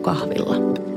aamukahvilla.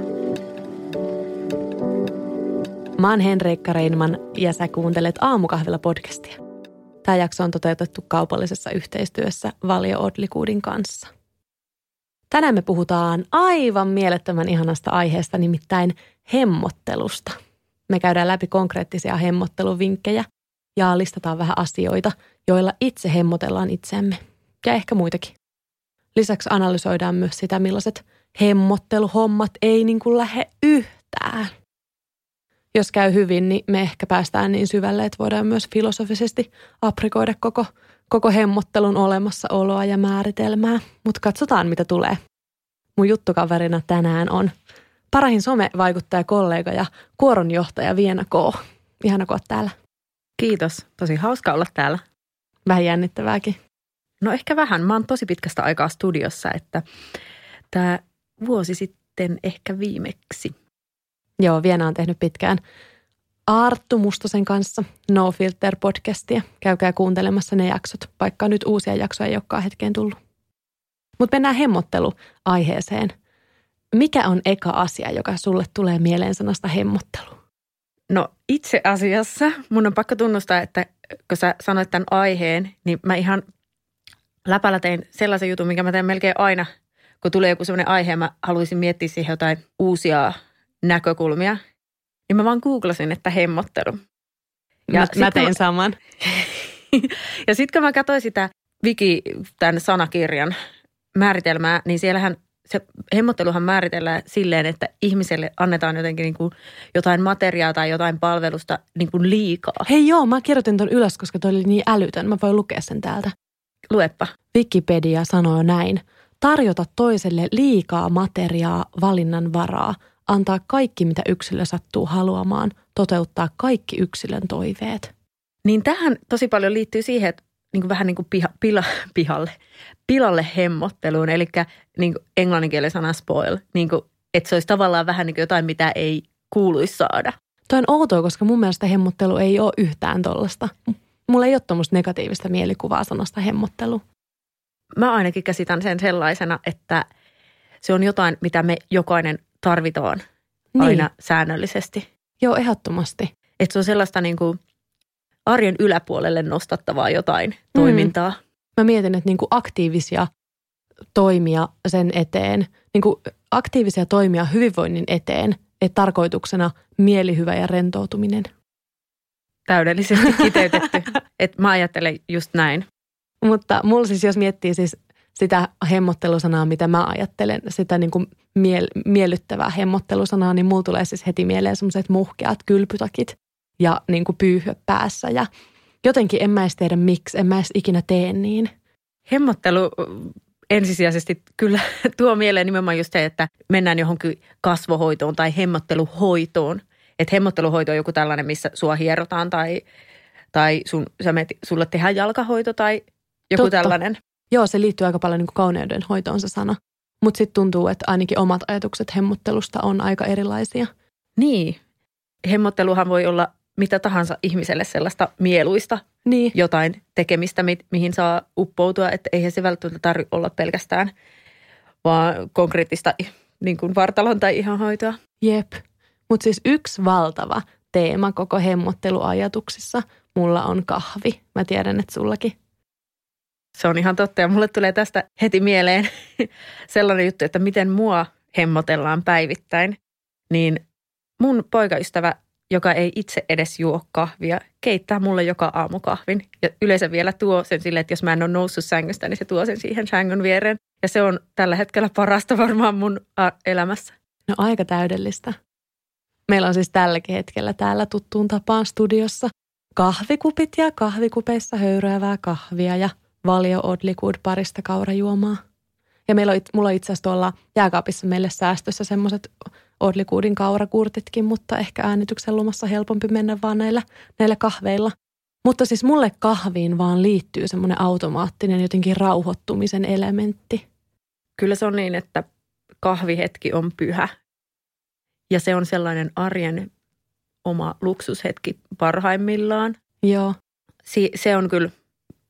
Mä oon Henriikka Reinman ja sä kuuntelet Aamukahvilla-podcastia. Tämä jakso on toteutettu kaupallisessa yhteistyössä Valio Oddlygoodin kanssa. Tänään me puhutaan aivan mielettömän ihanasta aiheesta, nimittäin hemmottelusta. Me käydään läpi konkreettisia hemmotteluvinkkejä ja listataan vähän asioita, joilla itse hemmotellaan itseämme ja ehkä muitakin. Lisäksi analysoidaan myös sitä, millaiset hemmotteluhommat ei niin kuin lähde yhtään. Jos käy hyvin, niin me ehkä päästään niin syvälle, että voidaan myös filosofisesti aprikoida koko hemmottelun olemassaoloa ja määritelmää. Mutta katsotaan, mitä tulee. Mun juttukaverina tänään on Parahin somevaikuttaja, kollega ja kuoronjohtaja Viena K. Ihana, kun oot täällä. Kiitos. Tosi hauska olla täällä. Vähän jännittävääkin. No ehkä vähän. Mä oon tosi pitkästä aikaa studiossa, että tämä vuosi sitten ehkä viimeksi. Joo, Viena on tehnyt pitkään Arttu Mustosen kanssa No Filter-podcastia. Käykää kuuntelemassa ne jaksot, vaikka nyt uusia jaksoja ei olekaan hetkeen tullut. Mutta mennään hemmotteluaiheeseen. Mikä on eka asia, joka sulle tulee mieleen sanasta hemmottelu? No itse asiassa mun on pakko tunnustaa, että kun sä sanoit tämän aiheen, niin mä ihan läpällä tein sellaisen jutun, minkä mä teen melkein aina, kun tulee joku sellainen aihe, mä haluaisin miettiä siihen jotain uusia näkökulmia. Niin mä vaan googlasin, että hemmottelu. Ja mä tein saman. Ja sitten kun mä katsoin sitä tämän sanakirjan määritelmää, niin siellähän se hemmotteluhan määritellään silleen, että ihmiselle annetaan jotenkin niin kuin jotain materiaa tai jotain palvelusta niin kuin liikaa. Hei joo, mä kirjoitin ton ylös, koska toi oli niin älytön. Mä voin lukea sen täältä. Luepa. Wikipedia sanoo näin. Tarjota toiselle liikaa materiaa, valinnan varaa, antaa kaikki, mitä yksilö sattuu haluamaan, toteuttaa kaikki yksilön toiveet. Niin tähän tosi paljon liittyy siihen, että niin kuin vähän niin kuin pilalle hemmotteluun, eli niin kuin englanninkielinen sana spoil, niin kuin, että se olisi tavallaan vähän niin kuin jotain, mitä ei kuuluisi saada. Toi on outoa, koska mun mielestä hemmottelu ei ole yhtään tollasta. Mulla ei ole tommoista negatiivista mielikuvaa sanasta hemmottelu. Mä ainakin käsitän sen sellaisena, että se on jotain, mitä me jokainen tarvitaan aina säännöllisesti. Joo, ehdottomasti. Että se on sellaista niin kuin arjen yläpuolelle nostattavaa jotain toimintaa. Mä mietin, että niin kuin aktiivisia toimia sen eteen, niin kuin aktiivisia toimia hyvinvoinnin eteen, että tarkoituksena mielihyvä ja rentoutuminen. Täydellisesti kiteytetty. Että mä ajattelen just näin. Mutta mulla siis, jos miettii siis sitä hemmottelusanaa, mitä mä ajattelen, sitä niin kuin miellyttävää hemmottelusanaa, niin mulla tulee siis heti mieleen semmoiset muhkeat kylpytakit ja niin kuin pyyhö päässä. Ja jotenkin en mä edes tiedä miksi, en mä edes ikinä tee niin. Hemmottelu ensisijaisesti kyllä tuo mieleen nimenomaan just se, että mennään johonkin kasvohoitoon tai hemmotteluhoitoon. Että hemmotteluhoito on joku tällainen, missä sua hierotaan tai sulle tehdään jalkahoito tai joku Totta. Tällainen. Joo, se liittyy aika paljon niin kuin kauneudenhoitoon se sana. Mutta sitten tuntuu, että ainakin omat ajatukset hemmottelusta on aika erilaisia. Niin. Hemmotteluhan voi olla mitä tahansa ihmiselle sellaista mieluista jotain tekemistä, mihin saa uppoutua. Että eihän se välttämättä tarvitse olla pelkästään vaan konkreettista niin kuin vartalon tai ihonhoitoa. Jep. Mutta siis yksi valtava teema koko hemmotteluajatuksissa mulla on kahvi. Mä tiedän, että sullakin. Se on ihan totta ja mulle tulee tästä heti mieleen sellainen juttu, että miten mua hemmotellaan päivittäin. Niin mun poikaystävä, joka ei itse edes juo kahvia, keittää mulle joka aamu kahvin. Ja yleensä vielä tuo sen silleen, että jos mä en ole noussut sängystä, niin se tuo sen siihen sängyn viereen. Ja se on tällä hetkellä parasta varmaan mun elämässä. No aika täydellistä. Meillä on siis tälläkin hetkellä täällä tuttuun tapaan studiossa kahvikupit ja kahvikupeissa höyryävää kahvia ja Valio Oddlygood parista kaurajuomaa. Ja mulla on itse asiassa tuolla jääkaapissa meille säästössä semmoiset Oddlygoodin kaurakurtitkin, mutta ehkä äänityksen lomassa helpompi mennä vaan näillä kahveilla. Mutta siis mulle kahviin vaan liittyy semmoinen automaattinen jotenkin rauhoittumisen elementti. Kyllä se on niin, että kahvihetki on pyhä. Ja se on sellainen arjen oma luksushetki parhaimmillaan. Joo. Se on kyllä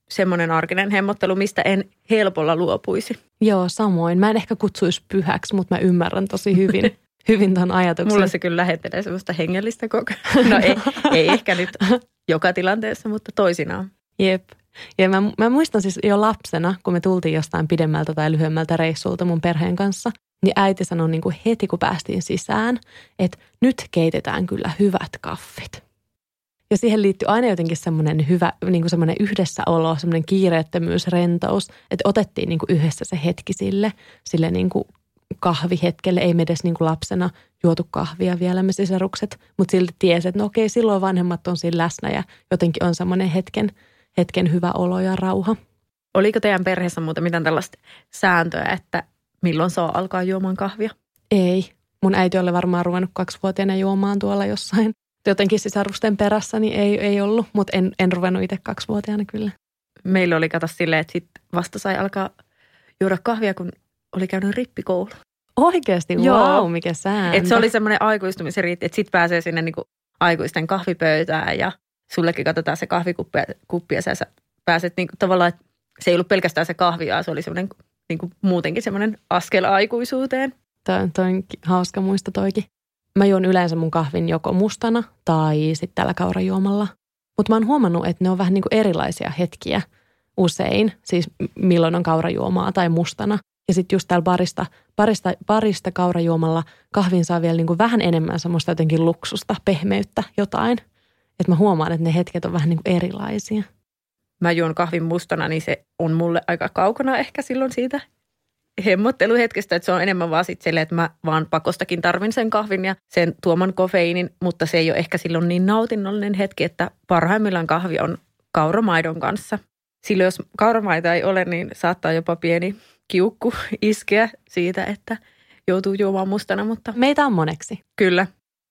semmoinen arkinen hemmottelu, mistä en helpolla luopuisi. Joo, samoin. Mä en ehkä kutsuisi pyhäksi, mutta mä ymmärrän tosi hyvin ton ajatuksen. Mulla se kyllä lähettelee semmoista hengellistä No ei ehkä nyt joka tilanteessa, mutta toisinaan. Jep. Ja mä muistan siis jo lapsena, kun me tultiin jostain pidemmältä tai lyhyemmältä reissulta mun perheen kanssa, niin äiti sanoi niin kuin heti, kun päästiin sisään, että nyt keitetään kyllä hyvät kaffit. Ja siihen liittyy aina jotenkin semmoinen hyvä, niin kuin semmoinen yhdessäolo, semmoinen kiireettömyys, rentous, että otettiin niin kuin yhdessä se hetki sille niin kuin kahvihetkelle. Ei me edes niin kuin lapsena juotu kahvia vielä me sisarukset, mutta silti tiesi, että no okei, silloin vanhemmat on siinä läsnä ja jotenkin on semmoinen hetken hyvä olo ja rauha. Oliko teidän perheessä muuta mitään tällaista sääntöä, että milloin saa alkaa juomaan kahvia? Ei. Mun äiti oli varmaan ruvennut 2-vuotiaana juomaan tuolla jossain. Jotenkin sisarusten perässä niin ei ollut, mutta en ruvennut itse 2-vuotiaana kyllä. Meillä oli kato silleen, että sit vasta sai alkaa juoda kahvia, kun oli käynyt rippikoulu. Oikeasti? Wow, mikä sääntö. Et se oli semmoinen aikuistumisen riitti, että sit pääsee sinne niinku aikuisten kahvipöytään ja sullekin katsotaan se kahvikuppi ja sä pääset niinku tavallaan, että se ei ollut pelkästään se kahvia, se oli semmoinen niinku muutenkin semmoinen askel aikuisuuteen. Toi on hauska muista toikin. Mä juon yleensä mun kahvin joko mustana tai sitten tällä kaurajuomalla. Mutta mä oon huomannut, että ne on vähän niinku erilaisia hetkiä usein. Siis milloin on kaurajuomaa tai mustana. Ja sitten just täällä barista kaurajuomalla kahvin saa vielä niinku vähän enemmän semmoista jotenkin luksusta, pehmeyttä, jotain. Että mä huomaan, että ne hetket on vähän niinku erilaisia. Mä juon kahvin mustana, niin se on mulle aika kaukana ehkä silloin siitä hemmotteluhetkestä, että se on enemmän vaan sitten silleen, että mä vaan pakostakin tarvin sen kahvin ja sen tuoman kofeiinin, mutta se ei ole ehkä silloin niin nautinnollinen hetki, että parhaimmillaan kahvi on kauramaidon kanssa. Silloin jos kauramaita ei ole, niin saattaa jopa pieni kiukku iskeä siitä, että joutuu juomaan mustana, mutta meitä on moneksi. Kyllä.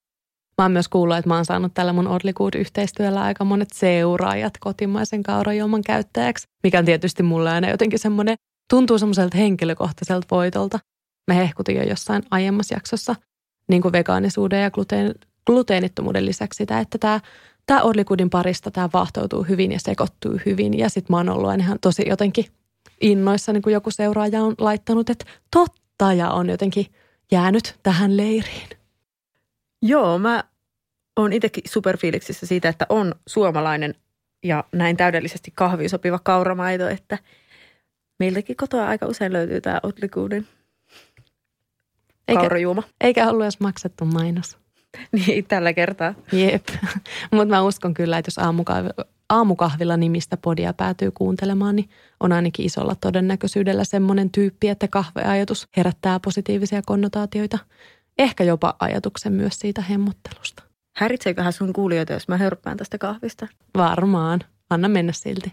Mä oon myös kuullut, että mä oon saanut tällä mun Oddly Good-yhteistyöllä aika monet seuraajat kotimaisen kaurajuoman käyttäjäksi, mikä on tietysti mulle aina jotenkin semmoinen, tuntuu semmoiselta henkilökohtaiselta voitolta. Mä hehkutin jo jossain aiemmassa jaksossa niin kuin vegaanisuuden ja gluteenittomuuden lisäksi sitä, että tämä Oddly Goodin parista tämä vaahtoutuu hyvin ja sekoittuu hyvin. Ja sit mä oon ollut ihan tosi jotenkin innoissa, niin kuin joku seuraaja on laittanut, että totta ja on jotenkin jäänyt tähän leiriin. Joo, mä oon itsekin superfiiliksissä siitä, että on suomalainen ja näin täydellisesti kahviin sopiva kauramaito, että meiltäkin kotoa aika usein löytyy tämä Oddly Goodin kaurajuoma. Eikä ollut edes maksettu mainos. Niin, tällä kertaa. Jep, mutta mä uskon kyllä, että jos aamukahvilla nimistä podia päätyy kuuntelemaan, niin on ainakin isolla todennäköisyydellä semmoinen tyyppi, että kahveajatus herättää positiivisia konnotaatioita. Ehkä jopa ajatuksen myös siitä hemmottelusta. Häiritseeköhän sun kuulijoita, jos mä hörppään tästä kahvista? Varmaan. Anna mennä silti.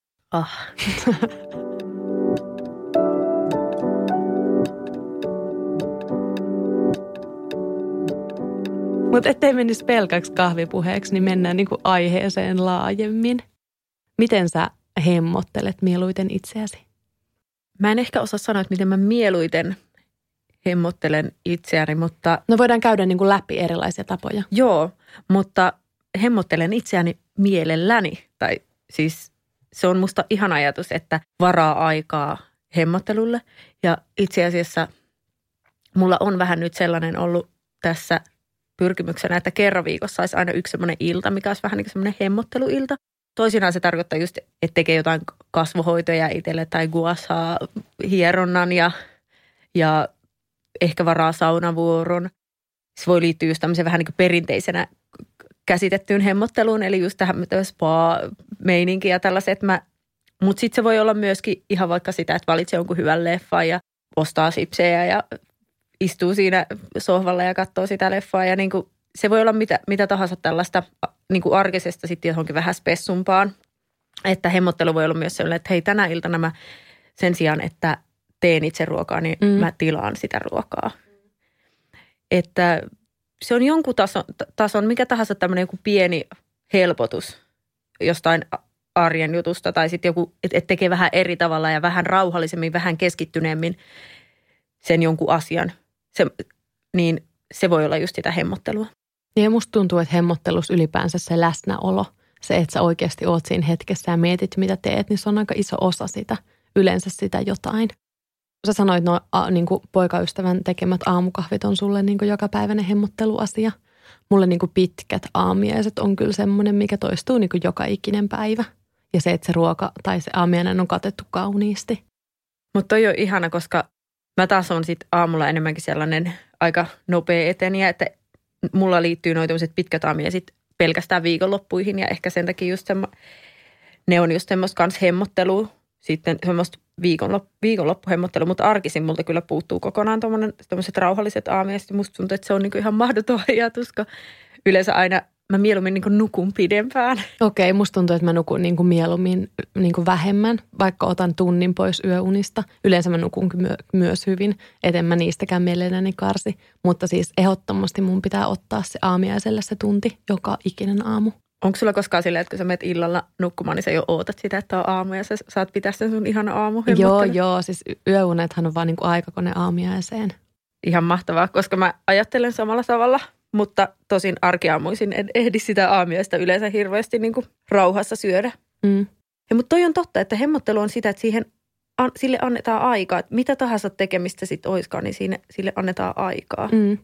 Mutta ettei menisi pelkäksi kahvipuheeksi, niin mennään niinku aiheeseen laajemmin. Miten sä hemmottelet mieluiten itseäsi? Mä en ehkä osaa sanoa, että miten mä mieluiten hemmottelen itseäni, mutta... No voidaan käydä niinku läpi erilaisia tapoja. Joo, mutta hemmottelen itseäni mielelläni. Tai siis se on musta ihana ajatus, että varaa aikaa hemmottelulle. Ja itse asiassa mulla on vähän nyt sellainen ollut tässä pyrkimyksenä, että kerran viikossa olisi aina yksi semmoinen ilta, mikä olisi vähän niin kuin semmoinen hemmotteluilta. Toisinaan se tarkoittaa just, että tekee jotain kasvohoitoja itselle tai guashaa hieronnan ja ehkä varaa saunavuoron. Se voi liittyä just tämmöiseen vähän niin kuin perinteisenä käsitettyyn hemmotteluun, eli just tähän spa-meininki ja tällaiset. Mutta sitten se voi olla myöskin ihan vaikka sitä, että valitsee jonkun hyvän leffan ja ostaa sipsejä ja istuu siinä sohvalla ja katsoo sitä leffaa. Ja niin kuin, se voi olla mitä tahansa tällaista niin kuin arkisesta sitten johonkin vähän spessumpaan. Että hemmottelu voi olla myös sellainen, että hei tänä iltana mä sen sijaan, että teen itse ruokaa, niin mä tilaan sitä ruokaa. Että se on jonkun tason mikä tahansa tämmöinen joku pieni helpotus jostain arjen jutusta. Tai sitten joku, että tekee vähän eri tavalla ja vähän rauhallisemmin, vähän keskittyneemmin sen jonkun asian. Se voi olla just sitä hemmottelua. Ja musta tuntuu, että hemmottelussa ylipäänsä se läsnäolo, se, että sä oikeasti oot siinä hetkessä ja mietit, mitä teet, niin se on aika iso osa sitä, yleensä sitä jotain. Sä sanoit, että niin poikaystävän tekemät aamukahvit on sulle niin jokapäiväinen hemmotteluasia. Mulle niin pitkät aamiaiset on kyllä semmoinen, mikä toistuu niin joka ikinen päivä. Ja se, että se ruoka tai se aamiainen on katettu kauniisti. Mutta toi on ihana, koska mä taas on sit aamulla enemmänkin sellainen aika nopea eteniä, että mulla liittyy noin tämmöiset pitkät aamiaiset pelkästään viikonloppuihin ja ehkä sen takia just ne on just semmoista kans hemmottelua, sitten semmoista viikonloppuhemmottelua, mutta arkisin multa kyllä puuttuu kokonaan tämmöiset rauhalliset aamiaiset. Musta tuntuu, että se on niinku ihan mahdoton ajatus, kun yleensä aina mä mieluummin niinku nukun pidempään. Okei, musta tuntuu, että mä nukun niinku mieluummin niinku vähemmän, vaikka otan tunnin pois yöunista. Yleensä mä nukun myös hyvin, eten mä niistäkään mielelläni karsi. Mutta siis ehdottomasti mun pitää ottaa se aamiaiselle se tunti joka ikinen aamu. Onko sulla koskaan silleen, että kun sä menet illalla nukkumaan, niin sä jo ootat sitä, että on aamu ja sä saat pitää sen sun ihana aamu? Joo, siis yöunethan on vaan niinku aikakone aamiaiseen. Ihan mahtavaa, koska mä ajattelen samalla tavalla, mutta tosin arkiaamuisin en ehdi sitä aamiaista yleensä hirveästi niinku rauhassa syödä. Mutta toi on totta, että hemmottelu on sitä, että sille annetaan aikaa. Että mitä tahansa tekemistä sitten oiskaan, niin sille annetaan aikaa.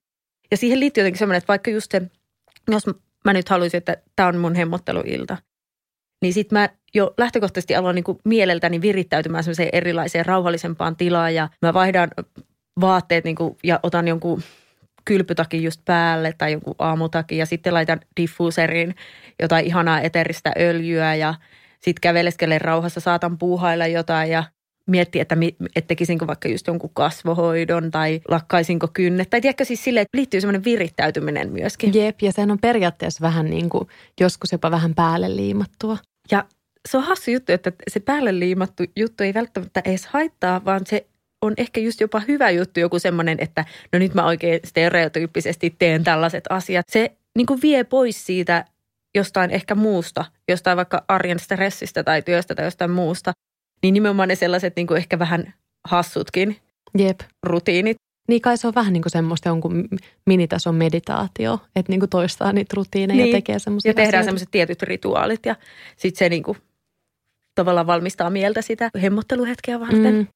Ja siihen liittyy jotenkin semmoinen, että vaikka just se, jos mä nyt haluaisin, että tämä on mun hemmotteluilta, niin sitten mä jo lähtökohtaisesti aloin niinku mieleltäni virittäytymään semmoiseen erilaiseen rauhallisempaan tilaan ja mä vaihdan vaatteet niinku, ja otan jonkun kylpytakin just päälle tai jonkun aamutakin ja sitten laitan diffuuseriin jotain ihanaa eteristä öljyä ja sitten käveleskelen rauhassa, saatan puuhailla jotain ja miettiä, että tekisinkö vaikka just jonkun kasvohoidon tai lakkaisinko kynnet. Tai tiedätkö siis silleen, että liittyy semmoinen virittäytyminen myöskin. Jep, ja sehän on periaatteessa vähän niin kuin joskus jopa vähän päälle liimattua. Ja se on hassu juttu, että se päälle liimattu juttu ei välttämättä edes haittaa, vaan se on ehkä just jopa hyvä juttu, joku semmoinen, että no nyt mä oikein stereotyyppisesti teen tällaiset asiat. Se niin kuin vie pois siitä jostain ehkä muusta, jostain vaikka arjen stressistä tai työstä tai jostain muusta. Niin nimenomaan ne sellaiset niin kuin ehkä vähän hassutkin rutiinit. Niin kai se on vähän niin kuin semmoista jonkun minitason meditaatio, että niin kuin toistaa niitä rutiineja ja tekee semmoisia asioita. Ja tehdään semmoiset tietyt rituaalit ja sitten se niin kuin tavallaan valmistaa mieltä sitä hemmotteluhetkeä varten.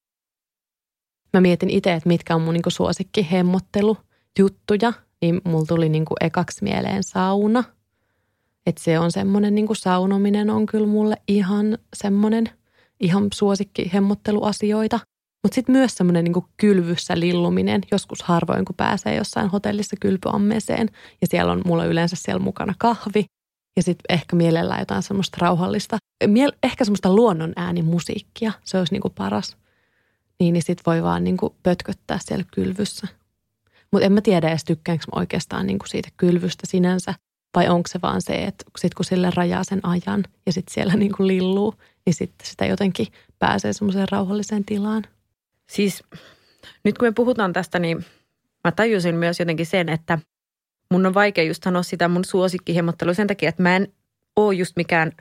Mä mietin itse, että mitkä on mun niin kuin suosikki hemmottelujuttuja, niin mulla tuli niin kuin ekaksi mieleen sauna. Että se on semmoinen niin kuin saunominen on kyllä mulle ihan semmoinen ihan suosikki hemmotteluasioita. Mutta sitten myös semmoinen niinku kylvyssä lilluminen, joskus harvoin kun pääsee jossain hotellissa kylpyammeeseen. Ja siellä on mulla yleensä siellä mukana kahvi ja sitten ehkä mielellään jotain semmoista rauhallista. Ehkä semmoista luonnon äänimusiikkia, se olisi niinku paras. Niin sitten voi vaan niinku pötköttää siellä kylvyssä. Mutta en mä tiedä edes tykkäänkö mä oikeastaan niinku siitä kylvystä sinänsä. Vai onko se vaan se, että sit kun sille rajaa sen ajan ja sitten siellä niinku lilluu, niin sitten sitä jotenkin pääsee semmoiseen rauhalliseen tilaan. Siis nyt kun me puhutaan tästä, niin mä tajusin myös jotenkin sen, että mun on vaikea just sanoa sitä mun suosikkihemmottelua sen takia, että mä en ole just mikään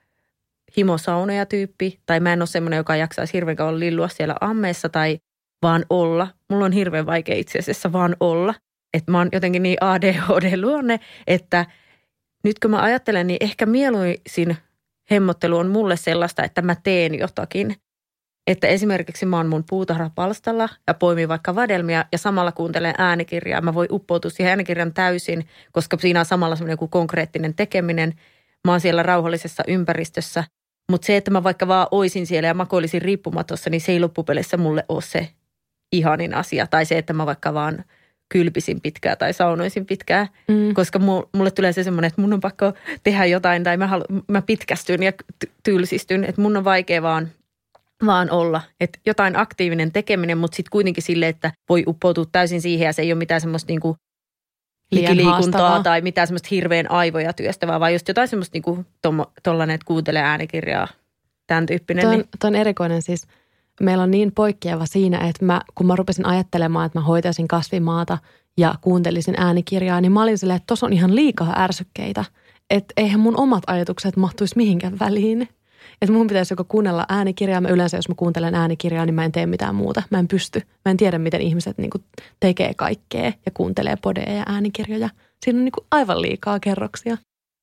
himosaunoja-tyyppi tai mä en ole semmoinen, joka jaksaisi hirveän kauan lillua siellä ammeessa tai vaan olla. Mulla on hirveän vaikea itse asiassa vaan olla. Että mä oon jotenkin niin ADHD-luonne, että nyt kun mä ajattelen, niin ehkä mieluisin hemmottelu on mulle sellaista, että mä teen jotakin. Että esimerkiksi mä oon mun puutarhapalstalla ja poimin vaikka vadelmia ja samalla kuuntelen äänikirjaa. Mä voin uppoutua siihen äänikirjan täysin, koska siinä on samalla semmoinen joku konkreettinen tekeminen. Mä oon siellä rauhallisessa ympäristössä. Mutta se, että mä vaikka vaan oisin siellä ja makoilisin riippumatossa, niin se ei loppupeleissä mulle ole se ihanin asia. Tai se, että mä vaikka vaan kylpisin pitkään tai saunoisin pitkään, koska mulle tulee se semmoinen, että mun on pakko tehdä jotain tai mä pitkästyn ja tylsistyn, että mun on vaikea vaan olla. Että jotain aktiivinen tekeminen, mutta sitten kuitenkin silleen, että voi uppoutua täysin siihen ja se ei ole mitään semmoista niinku liikuntaa tai mitään semmoista hirveän aivoja työstävää, vaan just jotain semmoista niinku tollainen, että kuuntelee äänikirjaa, tämän tyyppinen. Tuo on erikoinen siis. Meillä on niin poikkeava siinä, että kun mä rupesin ajattelemaan, että mä hoitaisin kasvimaata ja kuuntelisin äänikirjaa, niin mä olin silleen, että tuossa on ihan liikaa ärsykkeitä. Että eihän mun omat ajatukset mahtuisi mihinkään väliin. Että mun pitäisi joko kuunnella äänikirjaa. Mä yleensä, jos mä kuuntelen äänikirjaa, niin mä en tee mitään muuta. Mä en pysty. Mä en tiedä, miten ihmiset niinku tekee kaikkea ja kuuntelee podeja ja äänikirjoja. Siinä on niinku aivan liikaa kerroksia.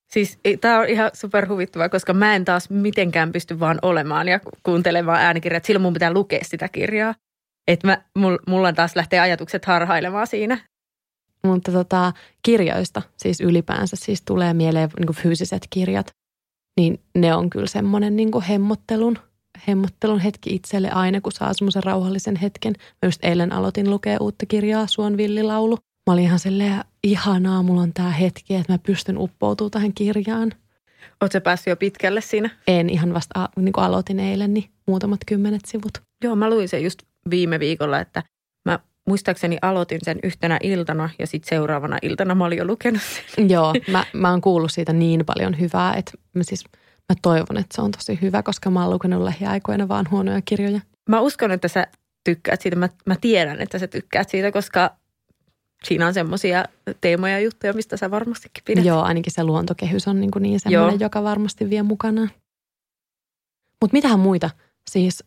Siis tämä on ihan superhuvittavaa, koska mä en taas mitenkään pysty vaan olemaan ja kuuntelemaan äänikirjaa. Silloin mun pitää lukea sitä kirjaa. Että mulla taas lähtee ajatukset harhailemaan siinä. Mutta kirjoista siis ylipäänsä siis tulee mieleen niin kuin fyysiset kirjat. Niin ne on kyllä semmoinen niin kuin hemmottelun hetki itselle aina, kun saa semmoisen rauhallisen hetken. Mä just eilen aloitin lukea uutta kirjaa, Suon villilaulu. Mä olin ihan silleen, ihanaa, mulla on tää hetki, että mä pystyn uppoutumaan tähän kirjaan. Ootko sä päässyt jo pitkälle siinä? En, ihan vasta niin kuin aloitin eilen, niin muutamat 10 sivut. Joo, mä luin sen just viime viikolla, että mä muistaakseni aloitin sen yhtenä iltana ja sitten seuraavana iltana mä olin jo lukenut sen. Joo, mä oon kuullut siitä niin paljon hyvää, että mä toivon, että se on tosi hyvä, koska mä oon lukenut lähiaikoina vaan huonoja kirjoja. Mä uskon, että sä tykkäät siitä. Mä tiedän, että sä tykkäät siitä, koska siinä on semmoisia teemoja ja juttuja, mistä sä varmastikin pidät. Joo, ainakin se luontokehys on niin semmoinen, joka varmasti vie mukanaan. Mutta mitähän muita siis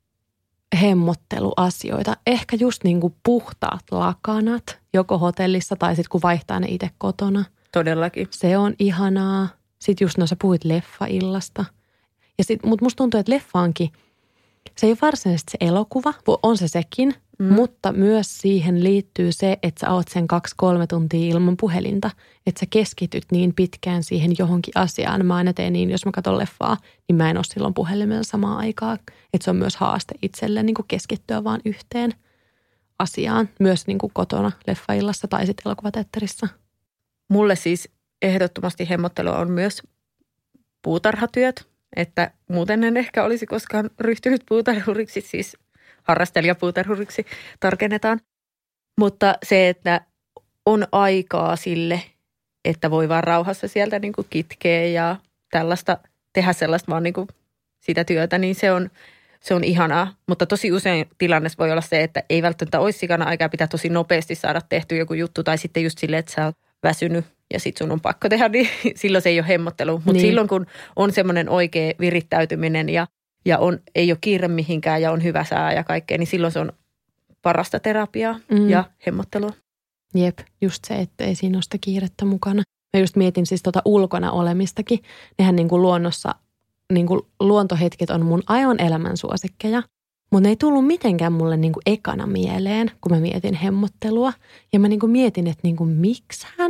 hemmotteluasioita? Ehkä just niin kuin puhtaat lakanat, joko hotellissa tai sitten kun vaihtaa ne itse kotona. Todellakin. Se on ihanaa. Sitten just sä puhuit leffaillasta. Mutta musta tuntuu, että leffaankin, se ei ole varsinaisesti se elokuva, on se sekin, mutta myös siihen liittyy se, että sä oot sen 2-3 tuntia ilman puhelinta, että sä keskityt niin pitkään siihen johonkin asiaan. Mä aina teen niin, jos mä katson leffaa, niin mä en ole silloin puhelimella samaan aikaan. Että se on myös haaste itselle niin kuin keskittyä vaan yhteen asiaan, myös niin kuin kotona leffaillassa tai sitten elokuvateatterissa. Mulle siis ehdottomasti hemmottelua on myös puutarhatyöt, että muuten en ehkä olisi koskaan ryhtynyt puutarhuriksi, siis harrastelijapuutarhuriksi tarkennetaan. Mutta se, että on aikaa sille, että voi vaan rauhassa sieltä niin kuin kitkeä ja tällaista, tehdä sellaista vaan niin kuin sitä työtä, niin se on ihanaa. Mutta tosi usein tilanne voi olla se, että ei välttämättä olisi sikana aikaa, pitää tosi nopeasti saada tehty joku juttu tai sitten just silleen, että sä oot väsynyt ja sit sun on pakko tehdä, niin silloin se ei ole hemmottelu. Mutta niin. Silloin, kun on semmoinen oikea virittäytyminen ja ei ole kiire mihinkään ja on hyvä sää ja kaikkea, niin silloin se on parasta terapiaa ja hemmottelua. Jep, just se, että ei siinä ole sitä kiirettä mukana. Mä just mietin siis ulkona olemistakin. Nehän niin kuin luonnossa, niin kuin luontohetket on mun aivan elämän suosikkeja. Mutta ne ei tullut mitenkään mulle niin kuin ekana mieleen, kun mä mietin hemmottelua. Ja mä niin kuin mietin, että niin kuin miksään?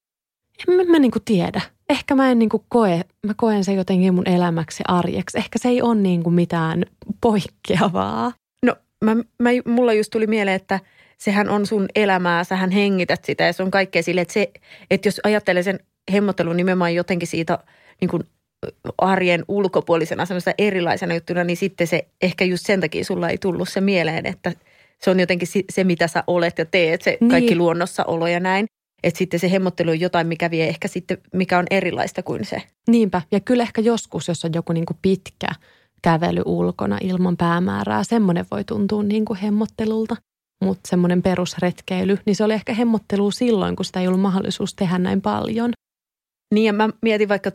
En mä niin kuin tiedä. Ehkä mä en niin kuin mä koen sen jotenkin mun elämäksi arjeksi. Ehkä se ei ole niin kuin mitään poikkeavaa. No mulla just tuli mieleen, että sehän on sun elämää, sähän hengität sitä ja se on kaikkea sille, että jos ajattelee sen hemmottelun nimenomaan jotenkin siitä niin kuin arjen ulkopuolisena semmoista erilaisena juttuna, niin sitten se ehkä just sen takia sulla ei tullut se mieleen, että se on jotenkin se, mitä sä olet ja teet, se kaikki luonnossa olo ja näin. Että sitten se hemmottelu on jotain, mikä vie ehkä sitten, mikä on erilaista kuin se. Niinpä. Ja kyllä ehkä joskus, jos on joku niin kuin pitkä kävely ulkona ilman päämäärää, semmoinen voi tuntua niin kuin hemmottelulta. Mutta semmoinen perusretkeily, niin se oli ehkä hemmottelua silloin, kun sitä ei ollut mahdollisuus tehdä näin paljon. Niin ja mä mietin vaikka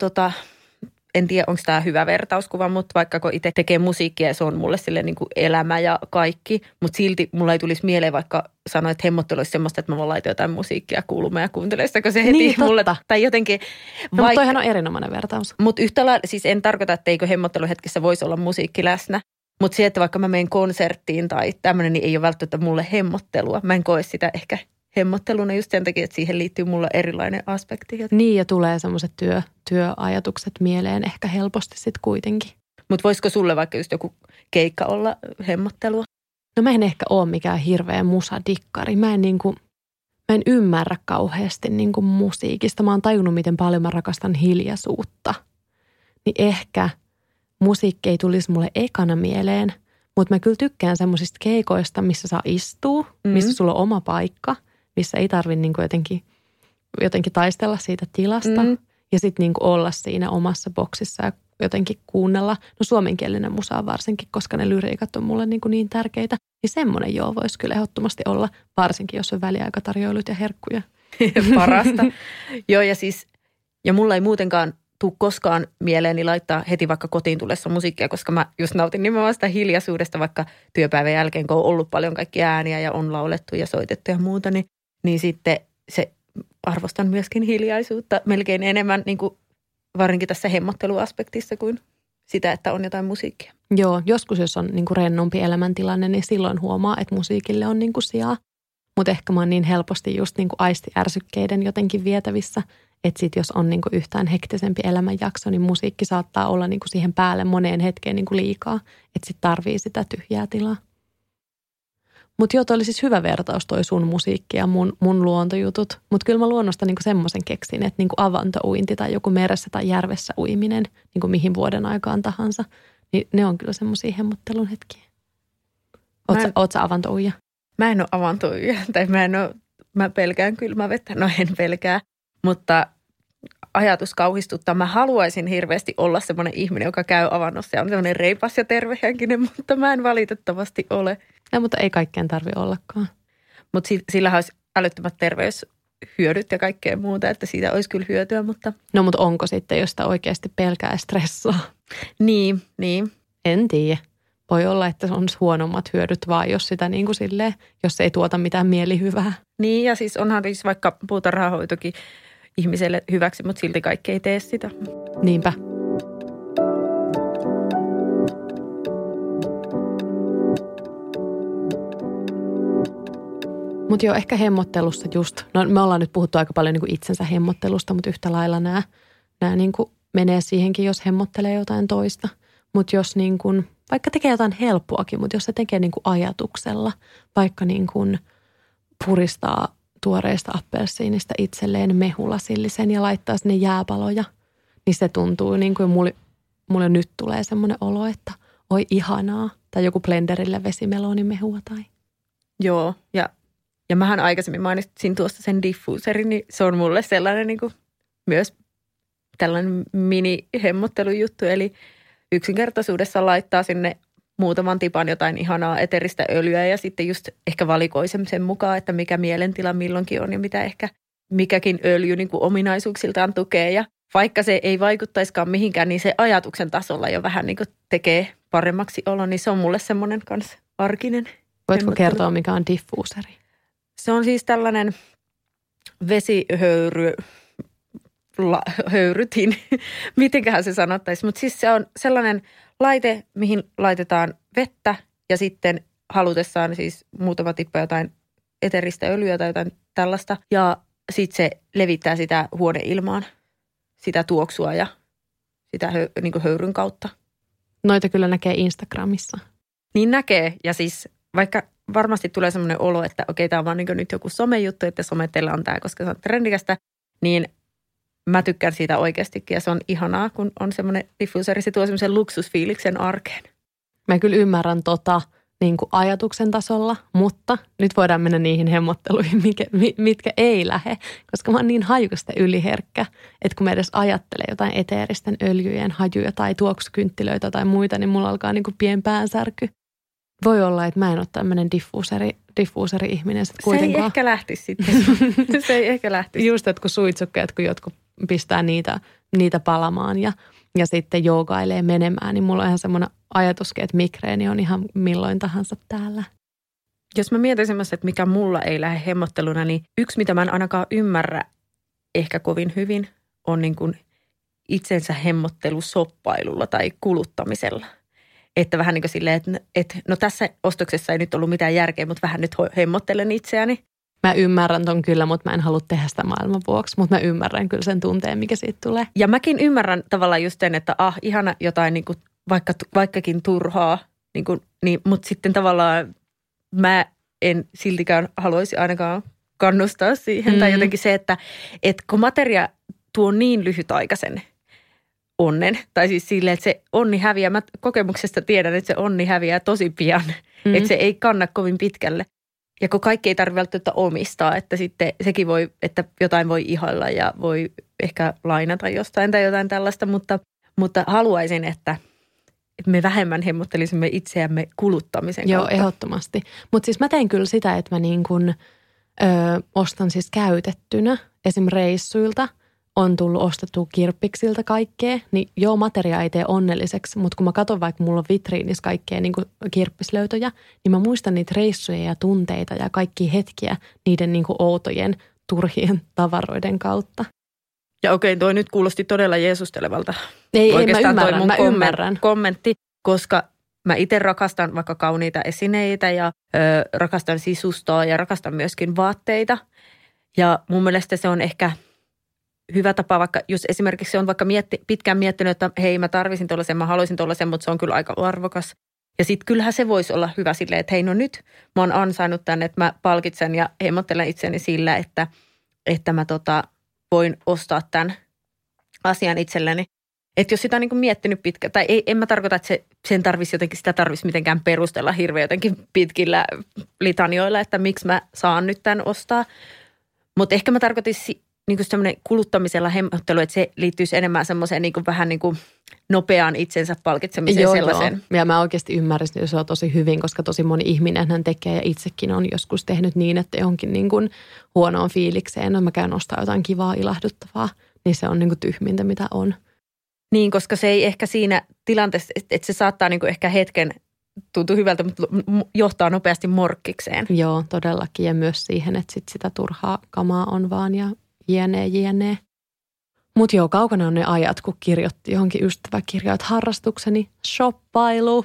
en tiedä onko tämä hyvä vertauskuva, mutta vaikka kun itse tekee musiikkia ja se on mulle silleen niin kuin elämä ja kaikki, mutta silti mulla ei tulisi mieleen vaikka sanoa, että hemmottelu olisi semmoista, että mä voin laittaa jotain musiikkia kuulumaan ja kuuntelemaan sitä, kun se heti niin, mulle, tai jotenkin. No, mutta toihan on erinomainen vertaus. Mutta yhtä lailla, siis en tarkoita, että eikö hemmotteluhetkessä voisi olla musiikki läsnä, mutta se, että vaikka mä menen konserttiin tai tämmöinen, niin ei ole välttämättä mulle hemmottelua. Mä en koe sitä ehkä hemmotteluna just sen takia, että siihen liittyy mulle erilainen aspekti. Niin ja tulee semmoiset työajatukset mieleen ehkä helposti sitten kuitenkin. Mutta voisiko sulle vaikka just joku keikka olla hemmottelua? No mä en ehkä ole mikään hirveä musadikkari. Mä en ymmärrä kauheasti niin kuin musiikista. Mä oon tajunnut, miten paljon mä rakastan hiljaisuutta. Niin ehkä musiikki ei tulisi mulle ekana mieleen, mutta mä kyllä tykkään semmoisista keikoista, missä saa istua, missä sulla on oma paikka, missä ei tarvitse niin kuin jotenkin taistella siitä tilasta ja sitten niin kuin olla siinä omassa boksissa ja jotenkin kuunnella. No suomenkielinen musa varsinkin, koska ne lyriikat on mulle niin tärkeitä. Niin semmoinen voisi kyllä ehdottomasti olla, varsinkin jos on väliaikatarjoilut ja herkkuja. Parasta. Joo ja mulla ei muutenkaan tule koskaan mieleeni laittaa heti vaikka kotiin tullessa musiikkia, koska mä just nautin nimenomaan sitä hiljaisuudesta, vaikka työpäivän jälkeen, kun on ollut paljon kaikkia ääniä ja on laulettu ja soitettu ja muuta, niin sitten se arvostan myöskin hiljaisuutta melkein enemmän niin kuin varsinkin tässä hemmotteluaspektissa kuin sitä, että on jotain musiikkia. Joo, joskus jos on niin kuin rennompi elämäntilanne, niin silloin huomaa, että musiikille on niin kuin sijaa. Mutta ehkä mä oon niin helposti just niin kuin aistiärsykkeiden jotenkin vietävissä, että sit jos on niin kuin yhtään hektisempi elämänjakso, niin musiikki saattaa olla niin kuin siihen päälle moneen hetkeen niin kuin liikaa, että sit tarvii sitä tyhjää tilaa. Mutta joo, toi oli siis hyvä vertaus toi sun musiikki ja mun luontojutut. Mutta kyllä mä luonnosta niinku semmoisen keksin, että niinku avantouinti tai joku meressä tai järvessä uiminen, niinku mihin vuoden aikaan tahansa, niin ne on kyllä semmoisia hemmottelun hetkiä. Oot sä avantouija? Mä en ole avantouija, tai mä pelkään kylmävettä. No en pelkää, mutta ajatus kauhistuttaa. Mä haluaisin hirveästi olla semmoinen ihminen, joka käy avannossa ja on semmoinen reipas ja tervehenkinen, mutta mä en valitettavasti ole. No, mutta ei kaikkeen tarvitse ollakaan. Mutta sillähän olisi älyttömät terveyshyödyt ja kaikkea muuta, että siitä olisi kyllä hyötyä, mutta... No, mutta onko sitten, jos sitä oikeasti pelkää ja stressaa? Niin. En tiedä. Voi olla, että on huonommat hyödyt vaan, jos sitä niin kuin silleen, jos se ei tuota mitään mielihyvää. Niin, ja siis onhan siis vaikka puutarhahoitokin ihmiselle hyväksi, mutta silti kaikki ei tee sitä. Niinpä. Mutta joo, ehkä hemmottelussa just, no me ollaan nyt puhuttu aika paljon niin kuin itsensä hemmottelusta, mutta yhtä lailla nämä niin kuin menee siihenkin, jos hemmottelee jotain toista. Mutta jos niin kuin, vaikka tekee jotain helppoakin, mutta jos se tekee niin kuin ajatuksella, vaikka niin kuin puristaa tuoreista appelsiinista itselleen mehulasillisen ja laittaa sinne jääpaloja, niin se tuntuu niin kuin mulle nyt tulee semmoinen olo, että oi ihanaa. Tai joku blenderille vesimelonimehua tai... Joo, ja mähän aikaisemmin mainitsin tuosta sen diffuuserin, niin se on mulle sellainen niin kuin myös tällainen mini-hemmottelujuttu. Eli yksinkertaisuudessa laittaa sinne muutaman tipan jotain ihanaa eteristä öljyä ja sitten just ehkä valikoi sen mukaan, että mikä mielentila milloinkin on ja mitä ehkä mikäkin öljy niin kuin ominaisuuksiltaan tukee. Ja vaikka se ei vaikuttaisikaan mihinkään, niin se ajatuksen tasolla jo vähän niin kuin tekee paremmaksi olon, niin se on mulle semmoinen kanssa arkinen. Voitko kertoa, mikä on diffuuseri? Se on siis tällainen vesihöyrytin, mitenköhän se sanottaisi. Mutta siis se on sellainen laite, mihin laitetaan vettä ja sitten halutessaan siis muutama tippa jotain eteristä öljyä tai jotain tällaista. Ja sitten se levittää sitä huoneilmaan, sitä tuoksua ja sitä niin kuin höyryn kautta. Noita kyllä näkee Instagramissa. Niin näkee ja siis vaikka varmasti tulee semmoinen olo, että okei, tämä on vaan niin nyt joku somejuttu, että sometella on tämä, koska se on trendikästä, niin mä tykkään siitä oikeastikin ja se on ihanaa, kun on semmoinen diffuseri, se tuo semmoisen luksusfiiliksen arkeen. Mä kyllä ymmärrän niin kuin ajatuksen tasolla, mutta nyt voidaan mennä niihin hemmotteluihin, mitkä ei lähe, koska mä oon niin hajusta yliherkkä, että kun mä edes ajattelen jotain eteeristen öljyjen hajuja tai tuoksukynttilöitä tai muita, niin mulla alkaa niin kuin pien päänsärky. Voi olla, että mä en ole tämmöinen diffuuseri-ihminen sitten kuitenkaan. Se ei ehkä lähtisi sitten. Se ei ehkä lähtisi. Just, että kun suitsukkeet, kun jotkut pistää niitä palamaan ja sitten joogailee menemään, niin mulla on ihan semmoinen ajatuskin, että migreeni on ihan milloin tahansa täällä. Jos mä mietin semmoista, että mikä mulla ei lähde hemmotteluna, niin yksi, mitä mä en ainakaan ymmärrä ehkä kovin hyvin, on niin kuin itsensä hemmottelu soppailulla tai kuluttamisella. Että vähän niin kuin silleen, että no tässä ostoksessa ei nyt ollut mitään järkeä, mutta vähän nyt hemmottelen itseäni. Mä ymmärrän ton kyllä, mutta mä en halua tehdä sitä maailman vuoksi, mutta mä ymmärrän kyllä sen tunteen, mikä siitä tulee. Ja mäkin ymmärrän tavallaan just sen, että ihana jotain niin kuin vaikkakin turhaa, mutta sitten tavallaan mä en siltikään haluaisi ainakaan kannustaa siihen. Tai jotenkin se, että kun materia tuo niin lyhytaikaisen onnen, tai siis silleen, että se onni häviää. Mä kokemuksesta tiedän, että se onni häviää tosi pian, että se ei kanna kovin pitkälle. Ja kun kaikki ei tarvitse välttämättä omistaa, että sitten sekin voi, että jotain voi ihailla ja voi ehkä lainata jostain tai jotain tällaista, mutta haluaisin, että me vähemmän hemmottelisimme itseämme kuluttamisen kautta. Joo, ehdottomasti. Mutta siis mä teen kyllä sitä, että mä niin kuin ostan siis käytettynä esim. Reissuilta. On tullut ostettua kirppiksiltä kaikkea, niin joo, materia ei tee onnelliseksi, mutta kun mä katson vaikka mulla on vitriinissä kaikkea niin kuin kirppislöytöjä, niin mä muistan niitä reissuja ja tunteita ja kaikkia hetkiä niiden niin kuin outojen, turhien tavaroiden kautta. Ja okei, toi nyt kuulosti todella jeesustelevalta. Ei mä ymmärrän. Kommentti, koska mä itse rakastan vaikka kauniita esineitä ja rakastan sisustoa ja rakastan myöskin vaatteita. Ja mun mielestä se on ehkä hyvä tapa, vaikka jos esimerkiksi se on vaikka pitkään miettinyt, että hei mä tarvisin tollaisen, mä haluaisin tollaisen, mutta se on kyllä aika arvokas. Ja sitten kyllähän se voisi olla hyvä silleen, että hei no nyt mä oon ansainnut tänne, että mä palkitsen ja hemmottelen itseni sillä, että mä voin ostaa tämän asian itselleni. Että jos sitä on niin kuin miettinyt pitkään, tai en mä tarkoita, että sitä tarvitsisi mitenkään perustella hirveän jotenkin pitkillä litanioilla, että miksi mä saan nyt tämän ostaa. Mutta ehkä mä tarkoitin niin kuin semmoinen kuluttamisella hemmottelu, että se liittyisi enemmän semmoiseen niin kuin vähän niin kuin nopeaan itsensä palkitsemiseen sellaiseen. Joo. Ja mä oikeasti ymmärsin, että se on tosi hyvin, koska tosi moni ihminen hän tekee ja itsekin on joskus tehnyt niin, että johonkin niin kuin huonoon fiilikseen, no mä käyn ostaa jotain kivaa, ilahduttavaa, niin se on niin kuin tyhmintä, mitä on. Niin, koska se ei ehkä siinä tilanteessa, että se saattaa niin kuin ehkä hetken tuntua hyvältä, mutta johtaa nopeasti morkkikseen. Joo, todellakin. Ja myös siihen, että sit sitä turhaa kamaa on vaan ja jne. Mutta joo, kaukana on ne ajat, kun kirjoitti johonkin ystäväkirjaan, että harrastukseni, shoppailu.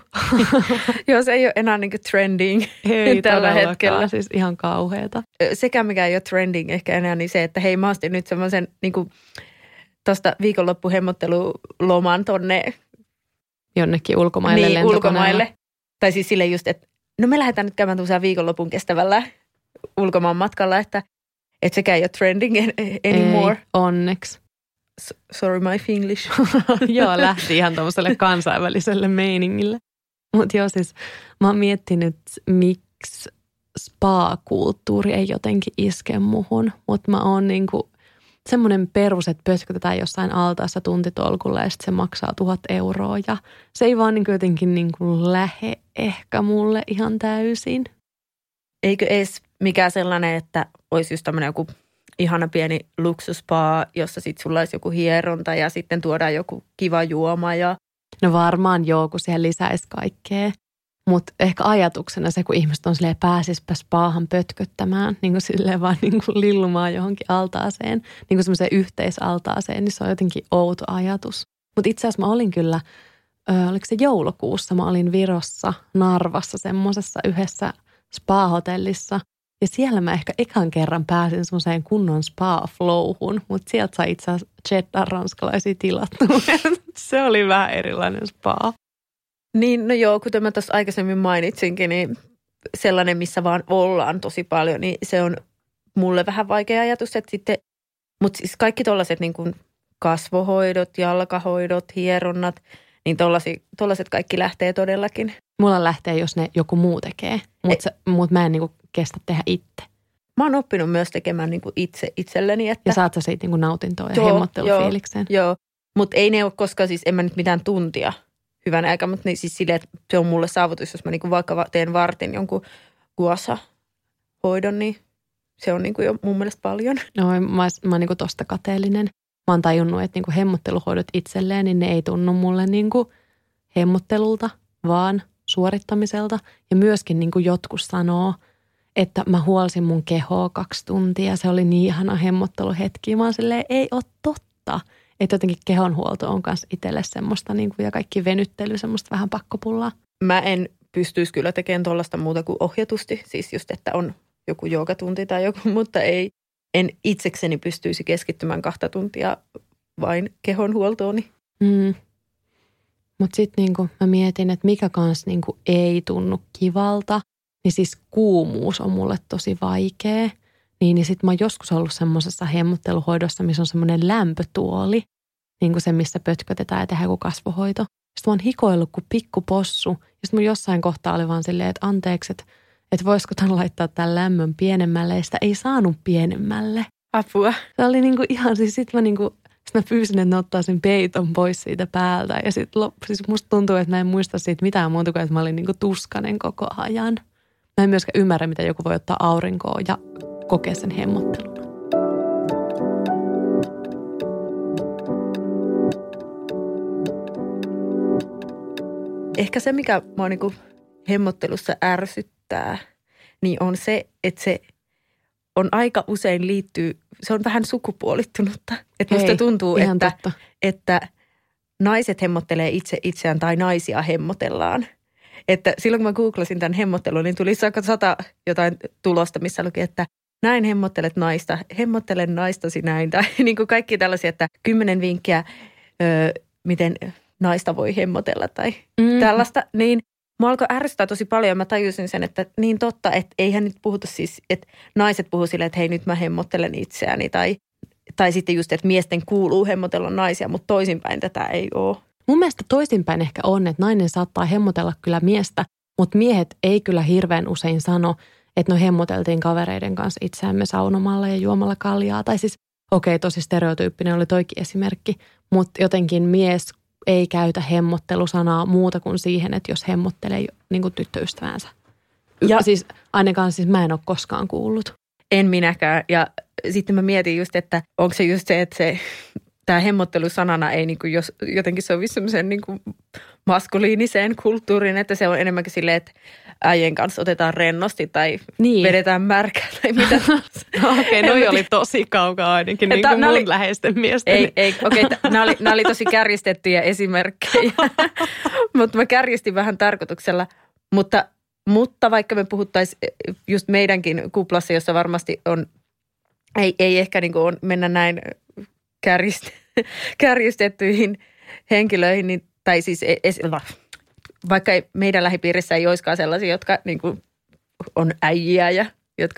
Joo, se ei ole enää niin kuin trending ei tällä hetkellä. Siis ihan kauheata. Sekä mikä ei ole trending ehkä enää, niin se, että hei mä ostin nyt semmoisen niin kuin tuosta viikonloppuhemmotteluloman tonne jonnekin ulkomaille niin, ulkomaille. Tai siis sille just, että no me lähdetään nyt käymään tuollaisella viikonlopun kestävällä ulkomaan matkalla, että sekään ei ole trending anymore. Ei, onneksi. Sorry my Finglish. Joo, lähti ihan tuollaiselle kansainväliselle meiningille. Mutta joo, siis mä oon miettinyt, miksi spa-kulttuuri ei jotenkin iske muhun. Mutta mä oon niinku semmoinen perus, että pöskötetään jossain altaassa tuntitolkulla ja sitten se maksaa 1 000 euroa. Ja se ei vaan niinku jotenkin niinku lähe ehkä mulle ihan täysin. Eikö edes mikään sellainen, että olisi just tämmöinen joku ihana pieni luksuspaa, jossa sitten sulla olisi joku hieronta ja sitten tuodaan joku kiva juoma. No varmaan joo, kun siihen lisäisi kaikkea. Mutta ehkä ajatuksena se, kun ihmiset on silleen pääsispä spaahan pötköttämään, niin kuin silleen vaan niin kuin lillumaan johonkin altaaseen, niin kuin semmoiseen yhteisaltaaseen, niin se on jotenkin outo ajatus. Mutta itse asiassa mä olin kyllä, oliko se joulukuussa, mä olin Virossa, Narvassa semmoisessa yhdessä spa-hotellissa. Ja siellä mä ehkä ekan kerran pääsin semmoiseen kunnon spa-flowhun, mutta sieltä sai itse asiassa cheddar-ranskalaisia tilattua. Se oli vähän erilainen spa. Niin, no joo, kuten mä tuossa aikaisemmin mainitsinkin, niin sellainen, missä vaan ollaan tosi paljon, niin se on mulle vähän vaikea ajatus, että sitten, mutta siis kaikki tollaiset niin kuin kasvohoidot, jalkahoidot, hieronnat, niin tollaiset kaikki lähtee todellakin. Mulla lähtee, jos ne joku muu tekee, mutta mä en niin kuin kestä tehdä itse. Mä oon oppinut myös tekemään niin kuin itse itselleni. Että... Ja saat sä siitä niin kuin nautintoa ja hemmottelufiilikseen. Joo, mutta ei ne ole koskaan siis, en mä nyt mitään tuntia hyvän aikaa, mutta niin siis silleen, että se on mulle saavutus, jos mä niin kuin vaikka teen vartin jonkun guasa-hoidon, niin se on niin kuin jo mun mielestä paljon. No mä oon niin kuin tosta kateellinen. Mä oon tajunnut, että niin kuin hemmotteluhoidot itselleen, niin ne ei tunnu mulle niin kuin hemmottelulta, vaan suorittamiselta. Ja myöskin niin kuin jotkut sanoo, että mä huolsin mun kehoa 2 tuntia. Se oli niin ihana hemmotteluhetki. Mä oon silleen, ei ole totta. Että jotenkin kehonhuolto on myös itselle semmoista niin kuin, ja kaikki venyttely, semmoista vähän pakkopullaa. Mä en pystyisi kyllä tekemään tuollaista muuta kuin ohjatusti. Siis just, että on joku joogatunti tai joku, mutta en itsekseni pystyisi keskittymään 2 tuntia vain kehonhuoltooni. Mutta sitten niinku mä mietin, että mikä kans niinku ei tunnu kivalta, niin siis kuumuus on mulle tosi vaikea. Niin sitten mä oon joskus ollut semmoisessa hemmotteluhoidossa, missä on semmoinen lämpötuoli, niin kuin se, missä pötkötetään ja tehdään joku kasvohoito. Sitten mä oon hikoillut kuin pikkupossu. Ja sitten mun jossain kohtaa oli vaan silleen, että anteeksi, että voisiko tämän laittaa tämän lämmön pienemmälle. Ja sitä ei saanut pienemmälle. Apua. Se oli niinku ihan, siis sit mä pyysin, että ne ottaa sen peiton pois siitä päältä. Ja sitten siis musta tuntuu, että mä en muista siitä mitään muuta kuin, että mä olin niinku tuskanen koko ajan. Mä en myöskään ymmärrä, mitä joku voi ottaa aurinkoa ja kokea sen hemmottelun. Ehkä se, mikä mua niinku hemmottelussa ärsyttää, niin on se, että se on aika usein se on vähän sukupuolittunutta. Että musta tuntuu, että naiset hemmottelee itseään tai naisia hemmotellaan. Että silloin kun mä googlasin tämän hemmottelun, niin tuli 100 jotain tulosta, missä luki, että näin hemmottelet naista, hemmottelen naistasi näin. Tai niin kuin kaikki tällaisia, että 10 vinkkiä, miten naista voi hemmotella tai tällaista. Niin mua alkoi ärsyttää tosi paljon ja mä tajusin sen, että niin totta, että eihän nyt puhuta siis, että naiset puhuu silleen, että hei nyt mä hemmottelen itseäni. Tai sitten just, että miesten kuuluu hemmotella naisia, mutta toisinpäin tätä ei ole. Mun mielestä toisinpäin ehkä on, että nainen saattaa hemmotella kyllä miestä, mutta miehet ei kyllä hirveän usein sano, että no hemmoteltiin kavereiden kanssa itseämme saunomalla ja juomalla kaljaa. Tai siis okei, tosi stereotyyppinen oli toikin esimerkki, mutta jotenkin mies ei käytä hemmottelusanaa muuta kuin siihen, että jos hemmottelee niin kuin tyttöystävänsä. Ja siis ainakaan siis mä en ole koskaan kuullut. En minäkään. Ja sitten mä mietin just, että onko se just se, että tämä hemmottelu sanana ei niin kuin jos jotenkin sovi semmoiseen niin kuin maskuliiniseen kulttuuriin, että se on enemmänkin silleen, että äijien kanssa otetaan rennosti tai vedetään märkää tai mitä. Okei, noi oli tosi kaukaa ainakin niin kuin mun läheisten miesten. Okei, nämä oli tosi kärjistettyjä esimerkkejä, mutta mä kärjistin vähän tarkoituksella, mutta vaikka me puhuttaisiin just meidänkin kuplassa, jossa varmasti on, ei ehkä niin kuin mennä näin kärjistettyihin henkilöihin, niin, tai siis vaikka meidän lähipiirissä ei olisikaan sellaisia, jotka niin kuin on äijiä ja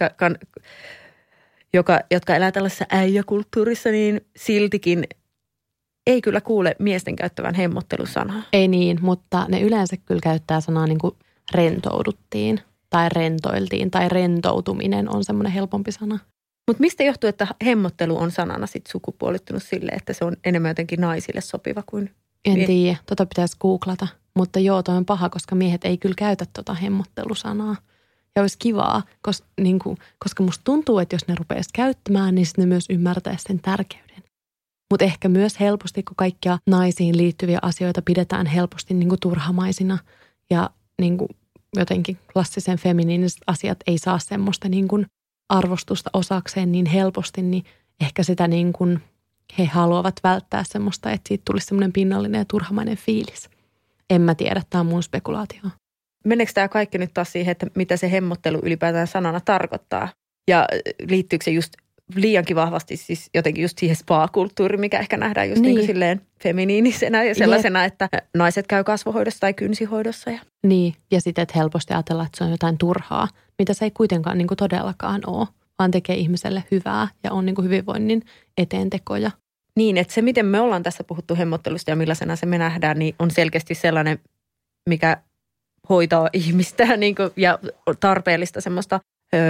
jotka elää tällaisessa äijäkulttuurissa, niin siltikin ei kyllä kuule miesten käyttävän hemmottelusanaa. Ei niin, mutta ne yleensä kyllä käyttää sanaa niin kuin rentouduttiin tai rentoiltiin tai rentoutuminen on semmoinen helpompi sana. Mutta mistä johtuu, että hemmottelu on sanana sit sukupuolittunut sille, että se on enemmän jotenkin naisille sopiva kuin en tiedä, pitäisi googlata. Mutta joo, toi on paha, koska miehet ei kyllä käytä hemmottelusanaa. Ja olisi kivaa, koska musta tuntuu, että jos ne rupeaisi käyttämään, niin sitten ne myös ymmärtäisi sen tärkeyden. Mutta ehkä myös helposti, kun kaikkia naisiin liittyviä asioita pidetään helposti niin kuin turhamaisina ja niin kuin jotenkin klassisen feminiiniset asiat ei saa semmoista niin kuin arvostusta osakseen niin helposti, niin ehkä sitä niin kuin he haluavat välttää semmoista, että siitä tulisi semmoinen pinnallinen ja turhamainen fiilis. En mä tiedä, tämä on mun spekulaatio. Meneekö tämä kaikki nyt taas siihen, että mitä se hemmottelu ylipäätään sanana tarkoittaa? Ja liittyykö se just liiankin vahvasti siis jotenkin just siihen spa-kulttuuriin, mikä ehkä nähdään just niin kuin silleen feminiinisenä ja sellaisena, että naiset käy kasvohoidossa tai kynsihoidossa. Niin, ja sitten että helposti ajatellaan, että se on jotain turhaa, mitä se ei kuitenkaan niin kuin todellakaan ole, vaan tekee ihmiselle hyvää ja on niin kuin hyvinvoinnin eteentekoja. Niin, että se miten me ollaan tässä puhuttu hemmottelusta ja millaisena se me nähdään, niin on selkeästi sellainen, mikä hoitaa ihmistä niin kuin, ja tarpeellista semmoista,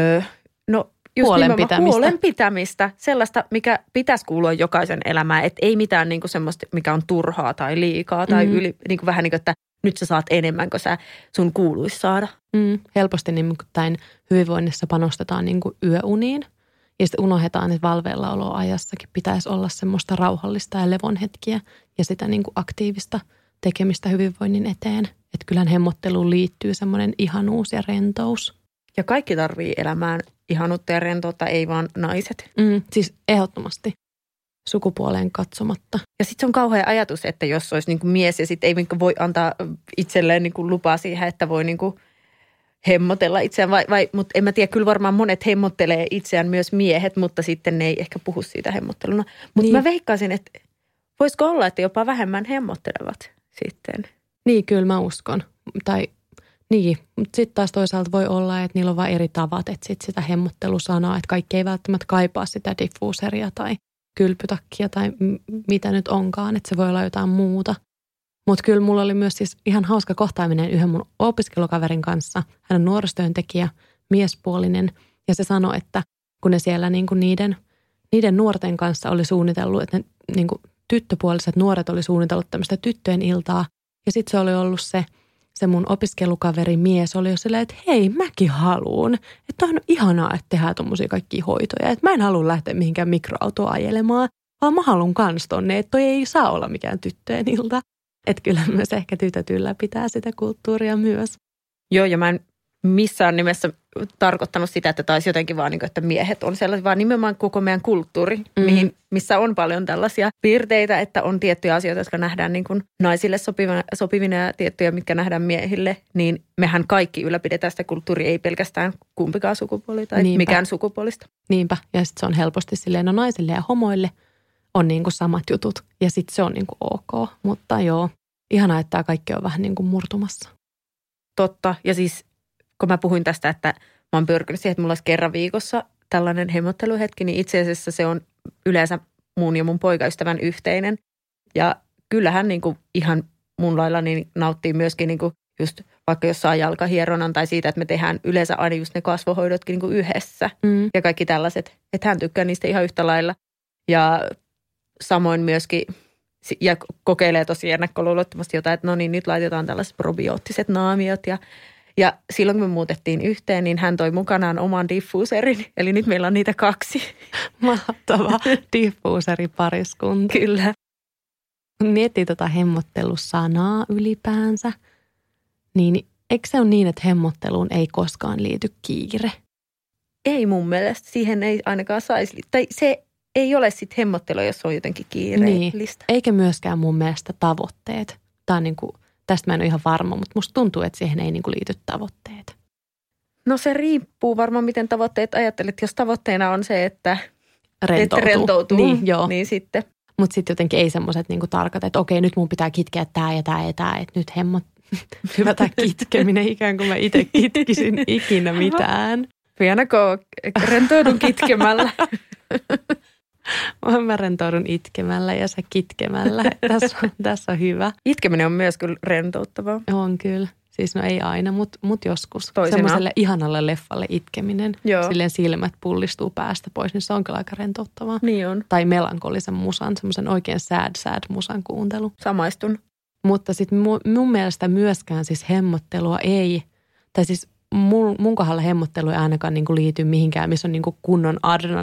huolenpitämistä. Sellaista, mikä pitäisi kuulua jokaisen elämään, että ei mitään niin kuin semmoista, mikä on turhaa tai liikaa tai niin kuin vähän niin kuin, että nyt sä saat enemmän kuin sun kuuluisi saada. Helposti nimittäin hyvinvoinnissa panostetaan niin kuin yöuniin ja sitten unohdetaan, että valveillaoloajassakin pitäisi olla semmoista rauhallista ja levon hetkiä ja sitä niin kuin aktiivista tekemistä hyvinvoinnin eteen. Että kyllähän hemmotteluun liittyy semmoinen ihanuus ja rentous. Ja kaikki tarvii elämään ihanuutta ja rentoutta, ei vaan naiset. Siis ehdottomasti sukupuoleen katsomatta. Ja sitten se on kauhea ajatus, että jos olisi niin kuin mies ja sitten ei voi antaa itselleen niin kuin lupaa siihen, että voi niin kuin hemmotella itseään. Mutta en mä tiedä, kyllä varmaan monet hemmottelee itseään myös miehet, mutta sitten ne ei ehkä puhu siitä hemmotteluna. Mutta niin. Mä veikkaisin, että voisiko olla, että jopa vähemmän hemmottelevat sitten. Niin, kyllä mä uskon. Niin, mutta sitten taas toisaalta voi olla, että niillä on vain eri tavat, että sit sitä hemmottelusanaa, että kaikki ei välttämättä kaipaa sitä diffuuseria tai kylpytakkia tai mitä nyt onkaan, että se voi olla jotain muuta. Mutta kyllä mulla oli myös siis ihan hauska kohtaaminen yhden mun opiskelukaverin kanssa. Hän on nuorisotyöntekijä, miespuolinen ja se sanoi, että kun ne siellä niinku niiden nuorten kanssa oli suunnitellut, että ne niinku tyttöpuoliset nuoret oli suunnitellut tämmöistä tyttöjen iltaa ja sitten se oli ollut se mun opiskelukaveri mies oli jo silleen, että hei, mäkin haluun. Että on ihanaa, että tehdään tommosia kaikkia hoitoja. Että mä en halua lähteä mihinkään mikroautoa ajelemaan, vaan mä haluun kans tonne, että toi ei saa olla mikään tyttöjen ilta. Että kyllä myös ehkä tytöt ylläpitää sitä kulttuuria myös. Joo, ja mä en missään nimessä tarkoittanut sitä, että taisi jotenkin vaan, niin kuin, että miehet on sellaisia, vaan nimenomaan koko meidän kulttuuri, missä on paljon tällaisia piirteitä, että on tiettyjä asioita, jotka nähdään niin kuin naisille sopivina ja tiettyjä, mitkä nähdään miehille, niin mehän kaikki ylläpidetään sitä kulttuuria, ei pelkästään kumpikaan sukupuoli tai mikään sukupuolista. Niinpä, ja sitten se on helposti silleen, no naisille ja homoille on niin kuin samat jutut, ja sitten se on niin kuin ok, mutta joo, ihanaa, että tämä kaikki on vähän niin kuin murtumassa. Totta, ja siis kun mä puhuin tästä, että mä oon pyrkinyt siihen, että mulla olisi kerran viikossa tällainen hemmotteluhetki, niin itse asiassa se on yleensä mun ja mun poikaystävän yhteinen. Ja kyllähän niin kuin ihan mun lailla niin nauttii myöskin niin kuin just vaikka jos saa jalkahieronnan tai siitä, että me tehdään yleensä aina just ne kasvohoidotkin niin kuin yhdessä. Ja kaikki tällaiset, että hän tykkää niistä ihan yhtä lailla. Ja samoin myöskin, ja kokeilee tosi ennakkoluulottomasti jotain, että no niin, nyt laitetaan tällaiset probioottiset naamiot ja silloin kun me muutettiin yhteen, niin hän toi mukanaan oman diffuuserin. Eli nyt meillä on niitä 2. Mahtava diffuuseripariskunta. Kyllä. Miettii hemmottelusanaa ylipäänsä, niin eikö se ole niin, että hemmotteluun ei koskaan liity kiire? Ei mun mielestä. Siihen ei ainakaan saisi. Tai se ei ole sitten hemmottelua, jos on jotenkin kiireellistä. Niin. Eikä myöskään mun mielestä tavoitteet. Tämä on niin kuin, tästä mä en ole ihan varma, mutta musta tuntuu, että siihen ei niin kuin liity tavoitteet. No se riippuu varmaan, miten tavoitteet ajattelet. Jos tavoitteena on se, että rentoutuu. Niin sitten. Mutta sitten jotenkin ei semmoiset niinku tarkat, että okei, nyt mun pitää kitkeä tämä ja tämä ja tämä, että nyt hyvä tämä kitkeminen, ikään kuin mä itse kitkisin ikinä mitään. Pianako rentoudun kitkemällä? Mä rentoudun itkemällä ja sä kitkemällä. Tässä on hyvä. Itkeminen on myös kyllä rentouttavaa. On kyllä. Siis no ei aina, mutta joskus. Toisinaan. Semmoiselle ihanalle leffalle itkeminen. Joo. Silleen silmät pullistuu päästä pois, niin se on kyllä aika rentouttavaa. Niin on. Tai melankolisen musan, semmoisen oikein sad musan kuuntelu. Samaistun. Mutta sitten mun mielestä myöskään siis hemmottelua ei, tai siis mun kohdalla hemmottelu ei ainakaan niinku liity mihinkään, missä on niinku kunnon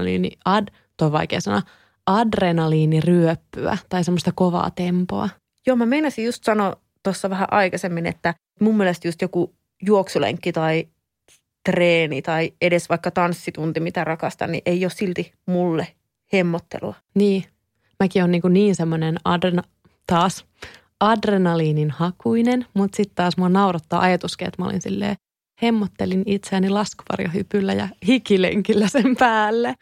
adrenaliiniryöppyä tai semmoista kovaa tempoa. Joo, mä meinasin just sanoa tuossa vähän aikaisemmin, että mun mielestä just joku juoksulenkki tai treeni tai edes vaikka tanssitunti, mitä rakastan, niin ei ole silti mulle hemmottelua. Niin, mäkin on niin semmoinen adrenaliinin hakuinen, mutta sitten taas mua naurattaa ajatuskin, että mä olin silleen, hemmottelin itseäni laskuvarjohypyllä ja hikilenkillä sen päälle.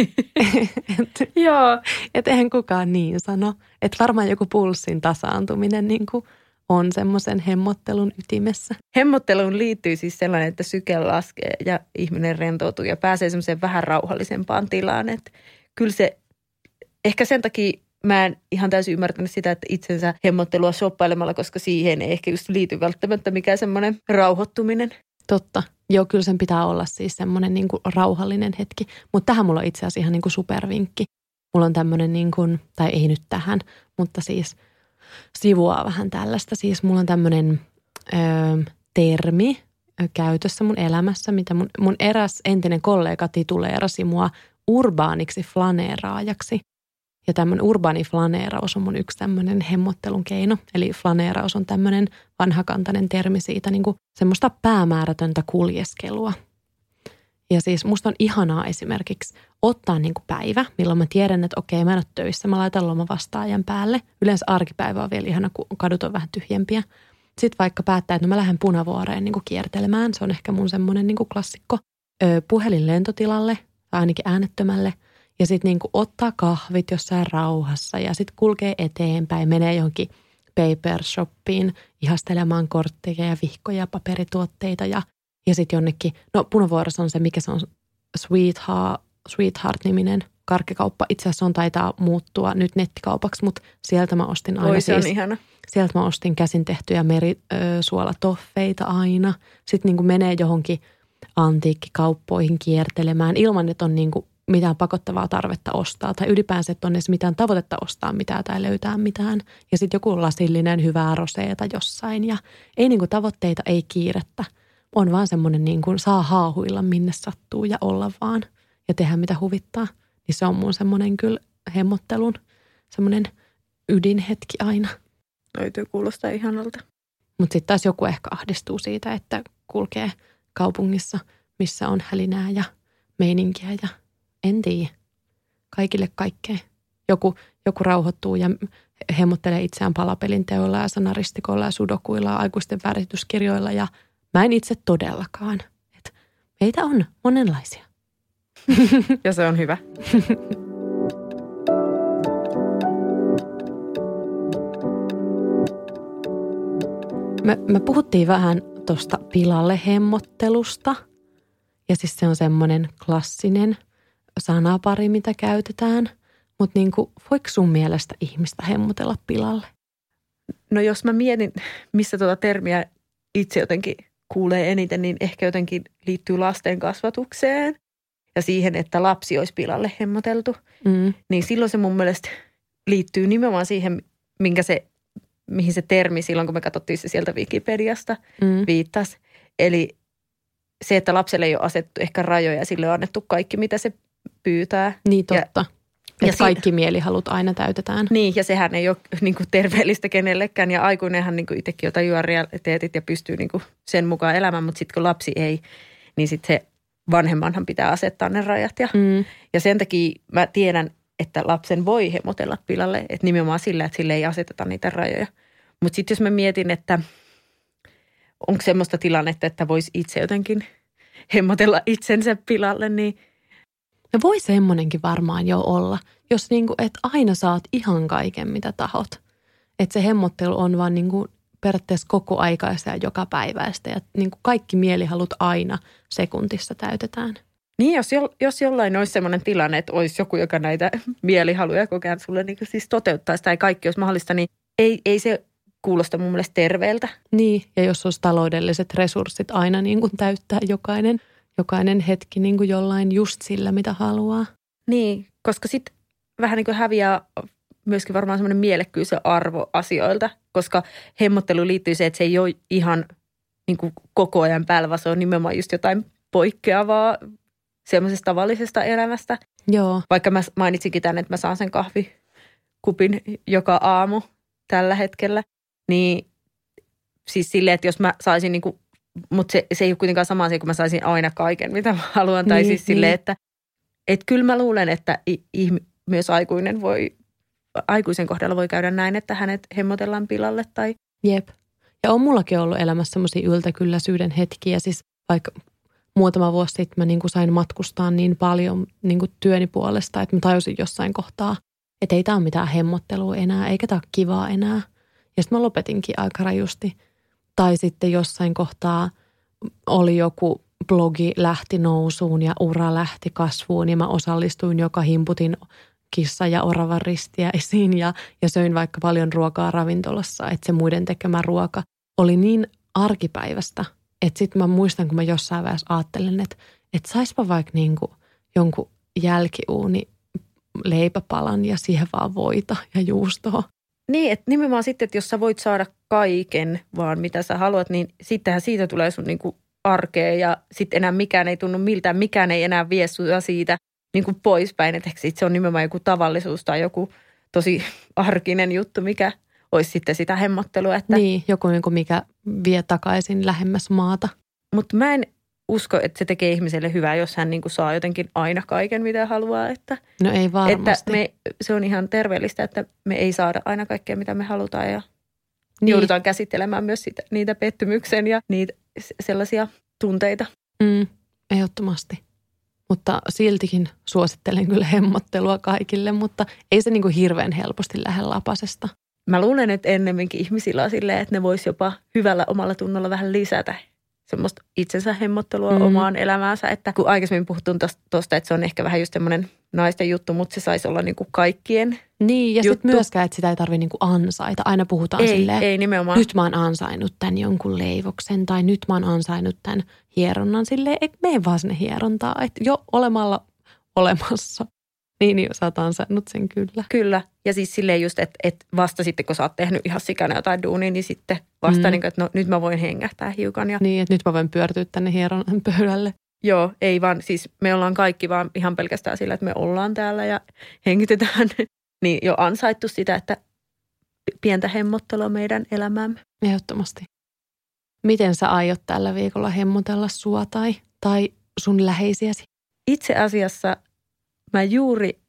Joo. Että eihän kukaan niin sano. Että varmaan joku pulssin tasaantuminen niin kuin on semmoisen hemmottelun ytimessä. Hemmotteluun liittyy siis sellainen, että syke laskee ja ihminen rentoutuu ja pääsee semmoiseen vähän rauhallisempaan tilaan. Että kyllä se, ehkä sen takia mä en ihan täysin ymmärtänyt sitä, että itsensä hemmottelua shoppailemalla, koska siihen ei ehkä just liity välttämättä mikään semmoinen rauhoittuminen. Totta. Joo, kyllä sen pitää olla siis semmoinen niin kuin rauhallinen hetki. Mutta tähän mulla on itse asiassa ihan niin kuin supervinkki. Mulla on tämmöinen niin kuin, tai ei nyt tähän, mutta siis sivuaa vähän tällaista. Siis mulla on tämmöinen termi käytössä mun elämässä, mitä mun eräs entinen kollega tituleerasi mua urbaaniksi flaneeraajaksi. Ja tämmöinen urbaani flaneeraus on mun yksi tämmöinen hemmottelun keino. Eli flaneeraus on tämmöinen vanhakantainen termi siitä niin kuin semmoista päämäärätöntä kuljeskelua. Ja siis musta on ihanaa esimerkiksi ottaa niin kuin päivä, milloin mä tiedän, että okei, mä en ole töissä, mä laitan lomavastaajan päälle. Yleensä arkipäivä on vielä ihana, kun kadut on vähän tyhjempiä. Sitten vaikka päättää, että no mä lähden Punavuoreen niin kuin kiertelemään. Se on ehkä mun semmoinen niin kuin klassikko. Puhelin lentotilalle tai ainakin äänettömälle. Ja sitten niinku ottaa kahvit jossain rauhassa ja sitten kulkee eteenpäin, menee johonkin paper shoppiin ihastelemaan kortteja ja vihkoja ja paperituotteita ja sitten jonnekin, no Punavuorossa on se, mikä se on, Sweetheart-niminen karkkikauppa. Itse asiassa on taitaa muuttua nyt nettikaupaksi, mutta sieltä mä ostin aina se on ihana. Sieltä mä ostin käsin tehtyjä merisuolatoffeita aina. Sitten niinku menee johonkin antiikkikauppoihin kiertelemään ilman, että on niinku mitään pakottavaa tarvetta ostaa tai ylipäänsä, että on edes mitään tavoitetta ostaa mitään tai löytää mitään. Ja sitten joku lasillinen hyvää roseeta jossain ja ei niinku tavoitteita, ei kiirettä. On vaan semmoinen niinku saa haahuilla minne sattuu ja olla vaan ja tehdä mitä huvittaa. Niin se on mun semmoinen kyllä hemmottelun semmoinen ydinhetki aina. Löytyy kuulostaa ihanalta. Mutta sitten taas joku ehkä ahdistuu siitä, että kulkee kaupungissa missä on hälinää ja meininkiä ja en tiedä. Kaikille kaikkea. Joku rauhoittuu ja hemmottelee itseään palapelin teoilla ja sanaristikoilla ja sudokuilla ja aikuisten värityskirjoilla ja mä en itse todellakaan. Et meitä on monenlaisia. Ja se on hyvä. Me puhuttiin vähän tuosta pilalle hemmottelusta. Ja siis se on semmoinen klassinen sanapari, mitä käytetään. Mutta niinku, voiko sun mielestä ihmistä hemmotella pilalle? No jos mä mietin, missä tuota termiä itse jotenkin kuulee eniten, niin ehkä jotenkin liittyy lasten kasvatukseen ja siihen, että lapsi olisi pilalle hemmoteltu. Niin silloin se mun mielestä liittyy nimenomaan siihen, mihin se termi silloin, kun me katsottiin se sieltä Wikipediasta, viittasi. Eli se, että lapselle ei ole asettu ehkä rajoja ja sille on annettu kaikki, mitä se pyytää. Niin totta. Että kaikki mielihalut aina täytetään. Niin, ja sehän ei ole niin kuin terveellistä kenellekään. Ja aikuinenhan niin kuin itsekin jotain juo realiteetit ja pystyy niin kuin sen mukaan elämään. Mutta sitten kun lapsi ei, niin sitten se vanhemmanhan pitää asettaa ne rajat. Ja sen takia mä tiedän, että lapsen voi hemmotella pilalle. Että nimenomaan sillä, että sille ei aseteta niitä rajoja. Mutta sitten jos mä mietin, että onko semmoista tilannetta, että voisi itse jotenkin hemmotella itsensä pilalle, niin no voi semmonenkin varmaan jo olla, jos niinku, et aina saat ihan kaiken, mitä tahot. Että se hemmottelu on vaan niinku periaatteessa koko aikaista ja joka päiväistä ja niinku kaikki mielihalut aina sekuntissa täytetään. Niin, jos jollain olisi semmoinen tilanne, että olisi joku, joka näitä mielihaluja koko ajan sulle niinku siis toteuttaisi tai kaikki olisi mahdollista, niin ei se kuulosta mun mielestä terveeltä. Niin, ja jos olisi taloudelliset resurssit aina niin kuin täyttää jokainen hetki niin kuin jollain just sillä, mitä haluaa. Niin, koska sitten vähän niin kuin häviää myöskin varmaan semmoinen mielekkyys ja arvo asioilta, koska hemmottelu liittyy se, että se ei ole ihan niin kuin koko ajan päällä, vaan se on nimenomaan just jotain poikkeavaa semmoisesta tavallisesta elämästä. Joo. Vaikka mä mainitsinkin tämän, että mä saan sen kahvikupin joka aamu tällä hetkellä, niin siis silleen, että jos mä saisin niin kuin, mutta se ei ole kuitenkaan sama asia, kun mä saisin aina kaiken, mitä mä haluan. Tai siis silleen, että kyllä mä luulen, että myös aikuisen kohdalla voi käydä näin, että hänet hemmotellaan pilalle tai. Jep. Ja on mullakin ollut elämässä semmoisia yltäkylläisyyden hetkiä. Siis vaikka muutama vuosi sitten mä niin kuin sain matkustaa niin paljon niin kuin työni puolesta, että mä tajusin jossain kohtaa, että ei tää ole mitään hemmottelua enää, eikä tää ole kivaa enää. Ja sitten mä lopetinkin aika rajusti. Tai sitten jossain kohtaa oli joku blogi lähti nousuun ja ura lähti kasvuun ja mä osallistuin joka himputin kissa- ja oravan ristiäisiin ja söin vaikka paljon ruokaa ravintolassa, että se muiden tekemä ruoka oli niin arkipäivästä, että sitten mä muistan, kun mä jossain vaiheessa ajattelin, että saispa vaikka niinku jonkun jälkiuuni leipäpalan ja siihen vaan voita ja juustoa. Niin, että nimenomaan sitten, että jos sä voit saada kaiken vaan mitä sä haluat, niin sittenhän siitä tulee sun niinku arkea ja sitten enää mikään ei tunnu miltään, mikään ei enää vie sua siitä niinku poispäin. Että se on nimenomaan joku tavallisuus tai joku tosi arkinen juttu, mikä olisi sitten sitä hemmottelua. Että niin, joku niinku mikä vie takaisin lähemmäs maata. Mutta mä en usko, että se tekee ihmiselle hyvää, jos hän niinku saa jotenkin aina kaiken, mitä haluaa. Että, no ei varmasti. Että se on ihan terveellistä, että me ei saada aina kaikkea, mitä me halutaan ja niin. Joudutaan käsittelemään myös niitä pettymyksen ja niitä sellaisia tunteita. Ehdottomasti. Mutta siltikin suosittelen kyllä hemmottelua kaikille, mutta ei se niinku hirveän helposti lähde lapasesta. Mä luulen, että ennemminkin ihmisillä on silleen, että ne vois jopa hyvällä omalla tunnolla vähän lisätä semmoista itsensä hemmottelua omaan elämäänsä. Että kun aikaisemmin puhuttiin tuosta, että se on ehkä vähän just semmoinen naisten juttu, mutta se saisi olla niinku kaikkien niin, ja sitten myöskään, että sitä ei tarvitse niinku ansaita. Aina puhutaan silleen, ei nimenomaan. Nyt mä oon ansainnut tämän jonkun leivoksen tai nyt mä oon ansainnut tämän hieronnan. Silleen, et mene vaan sinne hierontaa, että jo olemassa. Niin sä oot ansainnut sen kyllä. Kyllä. Ja siis silleen just, että vasta sitten, kun sä oot tehnyt ihan sikana jotain duunia, niin sitten vasta niin kuin, että no nyt mä voin hengähtää hiukan. Ja niin, että nyt mä voin pyörtyä tänne hieronnan pöydälle. Joo, ei vaan, siis me ollaan kaikki vaan ihan pelkästään sillä, että me ollaan täällä ja hengitetään. Niin jo ansaittu sitä, että pientä hemmottelua meidän elämäämme. Ehdottomasti. Miten sä aiot tällä viikolla hemmotella sua tai sun läheisiäsi? Itse asiassa mä juuri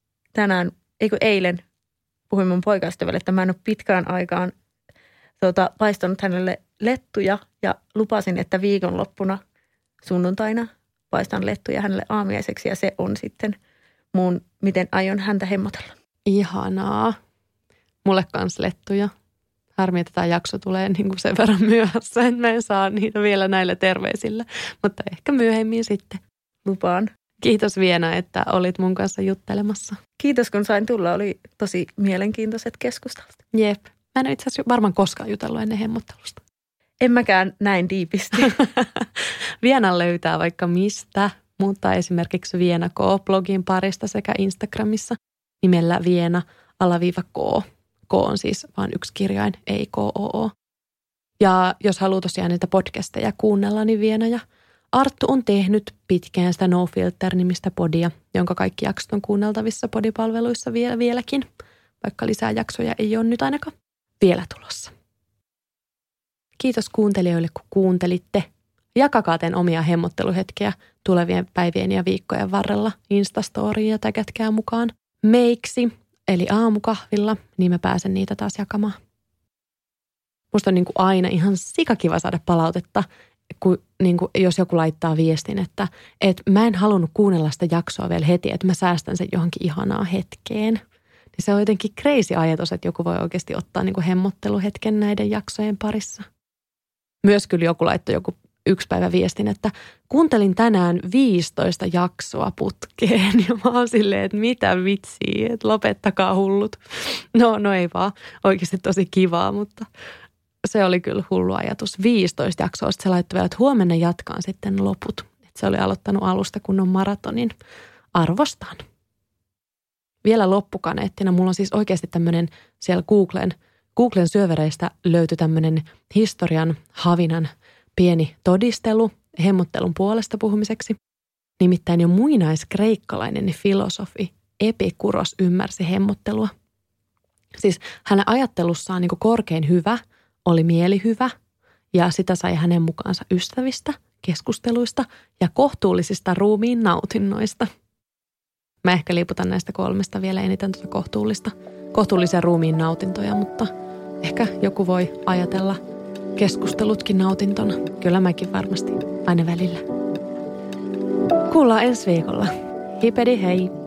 eilen puhuin mun poikaystävälle, että mä en ole pitkään aikaan paistanut hänelle lettuja ja lupasin, että viikonloppuna sunnuntaina paistan lettuja hänelle aamiaiseksi ja se on sitten miten aion häntä hemmotella. Ihanaa. Mulle kans lettuja. Harmi, että tämä jakso tulee niin kuin sen verran myöhässä, että mä en saa niitä vielä näillä terveisillä, mutta ehkä myöhemmin sitten. Lupaan. Kiitos Viena, että olit mun kanssa juttelemassa. Kiitos kun sain tulla, oli tosi mielenkiintoiset keskustelut. Jep. Mä en ole itse asiassa varmaan koskaan jutellut ennen hemmottelusta. En mäkään näin diipisti. Viena löytää vaikka mistä, mutta esimerkiksi Viena K-blogin parista sekä Instagramissa nimellä Viena_K. K on siis vain yksi kirjain, ei K-O-O. Ja jos haluaa tosiaan niitä podcasteja kuunnella, niin Viena ja Arttu on tehnyt pitkään sitä No Filter-nimistä podia, jonka kaikki jaksot on kuunneltavissa podipalveluissa vieläkin, vaikka lisää jaksoja ei ole nyt ainakaan vielä tulossa. Kiitos kuuntelijoille, kun kuuntelitte. Jakakaa teidän omia hemmotteluhetkiä tulevien päivien ja viikkojen varrella Instastoriin ja tägätkää mukaan meiksi, eli aamukahvilla, niin mä pääsen niitä taas jakamaan. Musta on niin kuin aina ihan sikakiva saada palautetta, jos joku laittaa viestin, että mä en halunnut kuunnella sitä jaksoa vielä heti, että mä säästän sen johonkin ihanaa hetkeen. Niin se on jotenkin crazy ajatus, että joku voi oikeasti ottaa niin kuin hemmotteluhetken näiden jaksojen parissa. Myös kyllä joku laittoi yksi päivä viestin, että kuuntelin tänään 15 jaksoa putkeen ja mä oon silleen, että mitä vitsiä, että lopettakaa hullut. No ei vaan, oikeasti tosi kivaa, mutta se oli kyllä hullu ajatus. 15 jaksoa, sitten se laittoi vielä, että huomenna jatkaan sitten loput. Että se oli aloittanut alusta kunnon maratonin. Arvostan. Vielä loppukaneettina, mulla on siis oikeasti tämmöinen siellä Googlen syövereistä löytyi tämmöinen historian havinan pieni todistelu hemmottelun puolesta puhumiseksi. Nimittäin jo muinaiskreikkalainen filosofi Epikuros ymmärsi hemmottelua. Siis hänen ajattelussaan niin kuin korkein hyvä oli mielihyvä ja sitä sai hänen mukaansa ystävistä, keskusteluista ja kohtuullisista ruumiin nautinnoista. Mä ehkä liiputan näistä kolmesta vielä eniten kohtuullisia ruumiin nautintoja, mutta ehkä joku voi ajatella keskustelutkin nautintona. Kyllä mäkin varmasti aina välillä. Kuullaan ensi viikolla. Hipedi hei!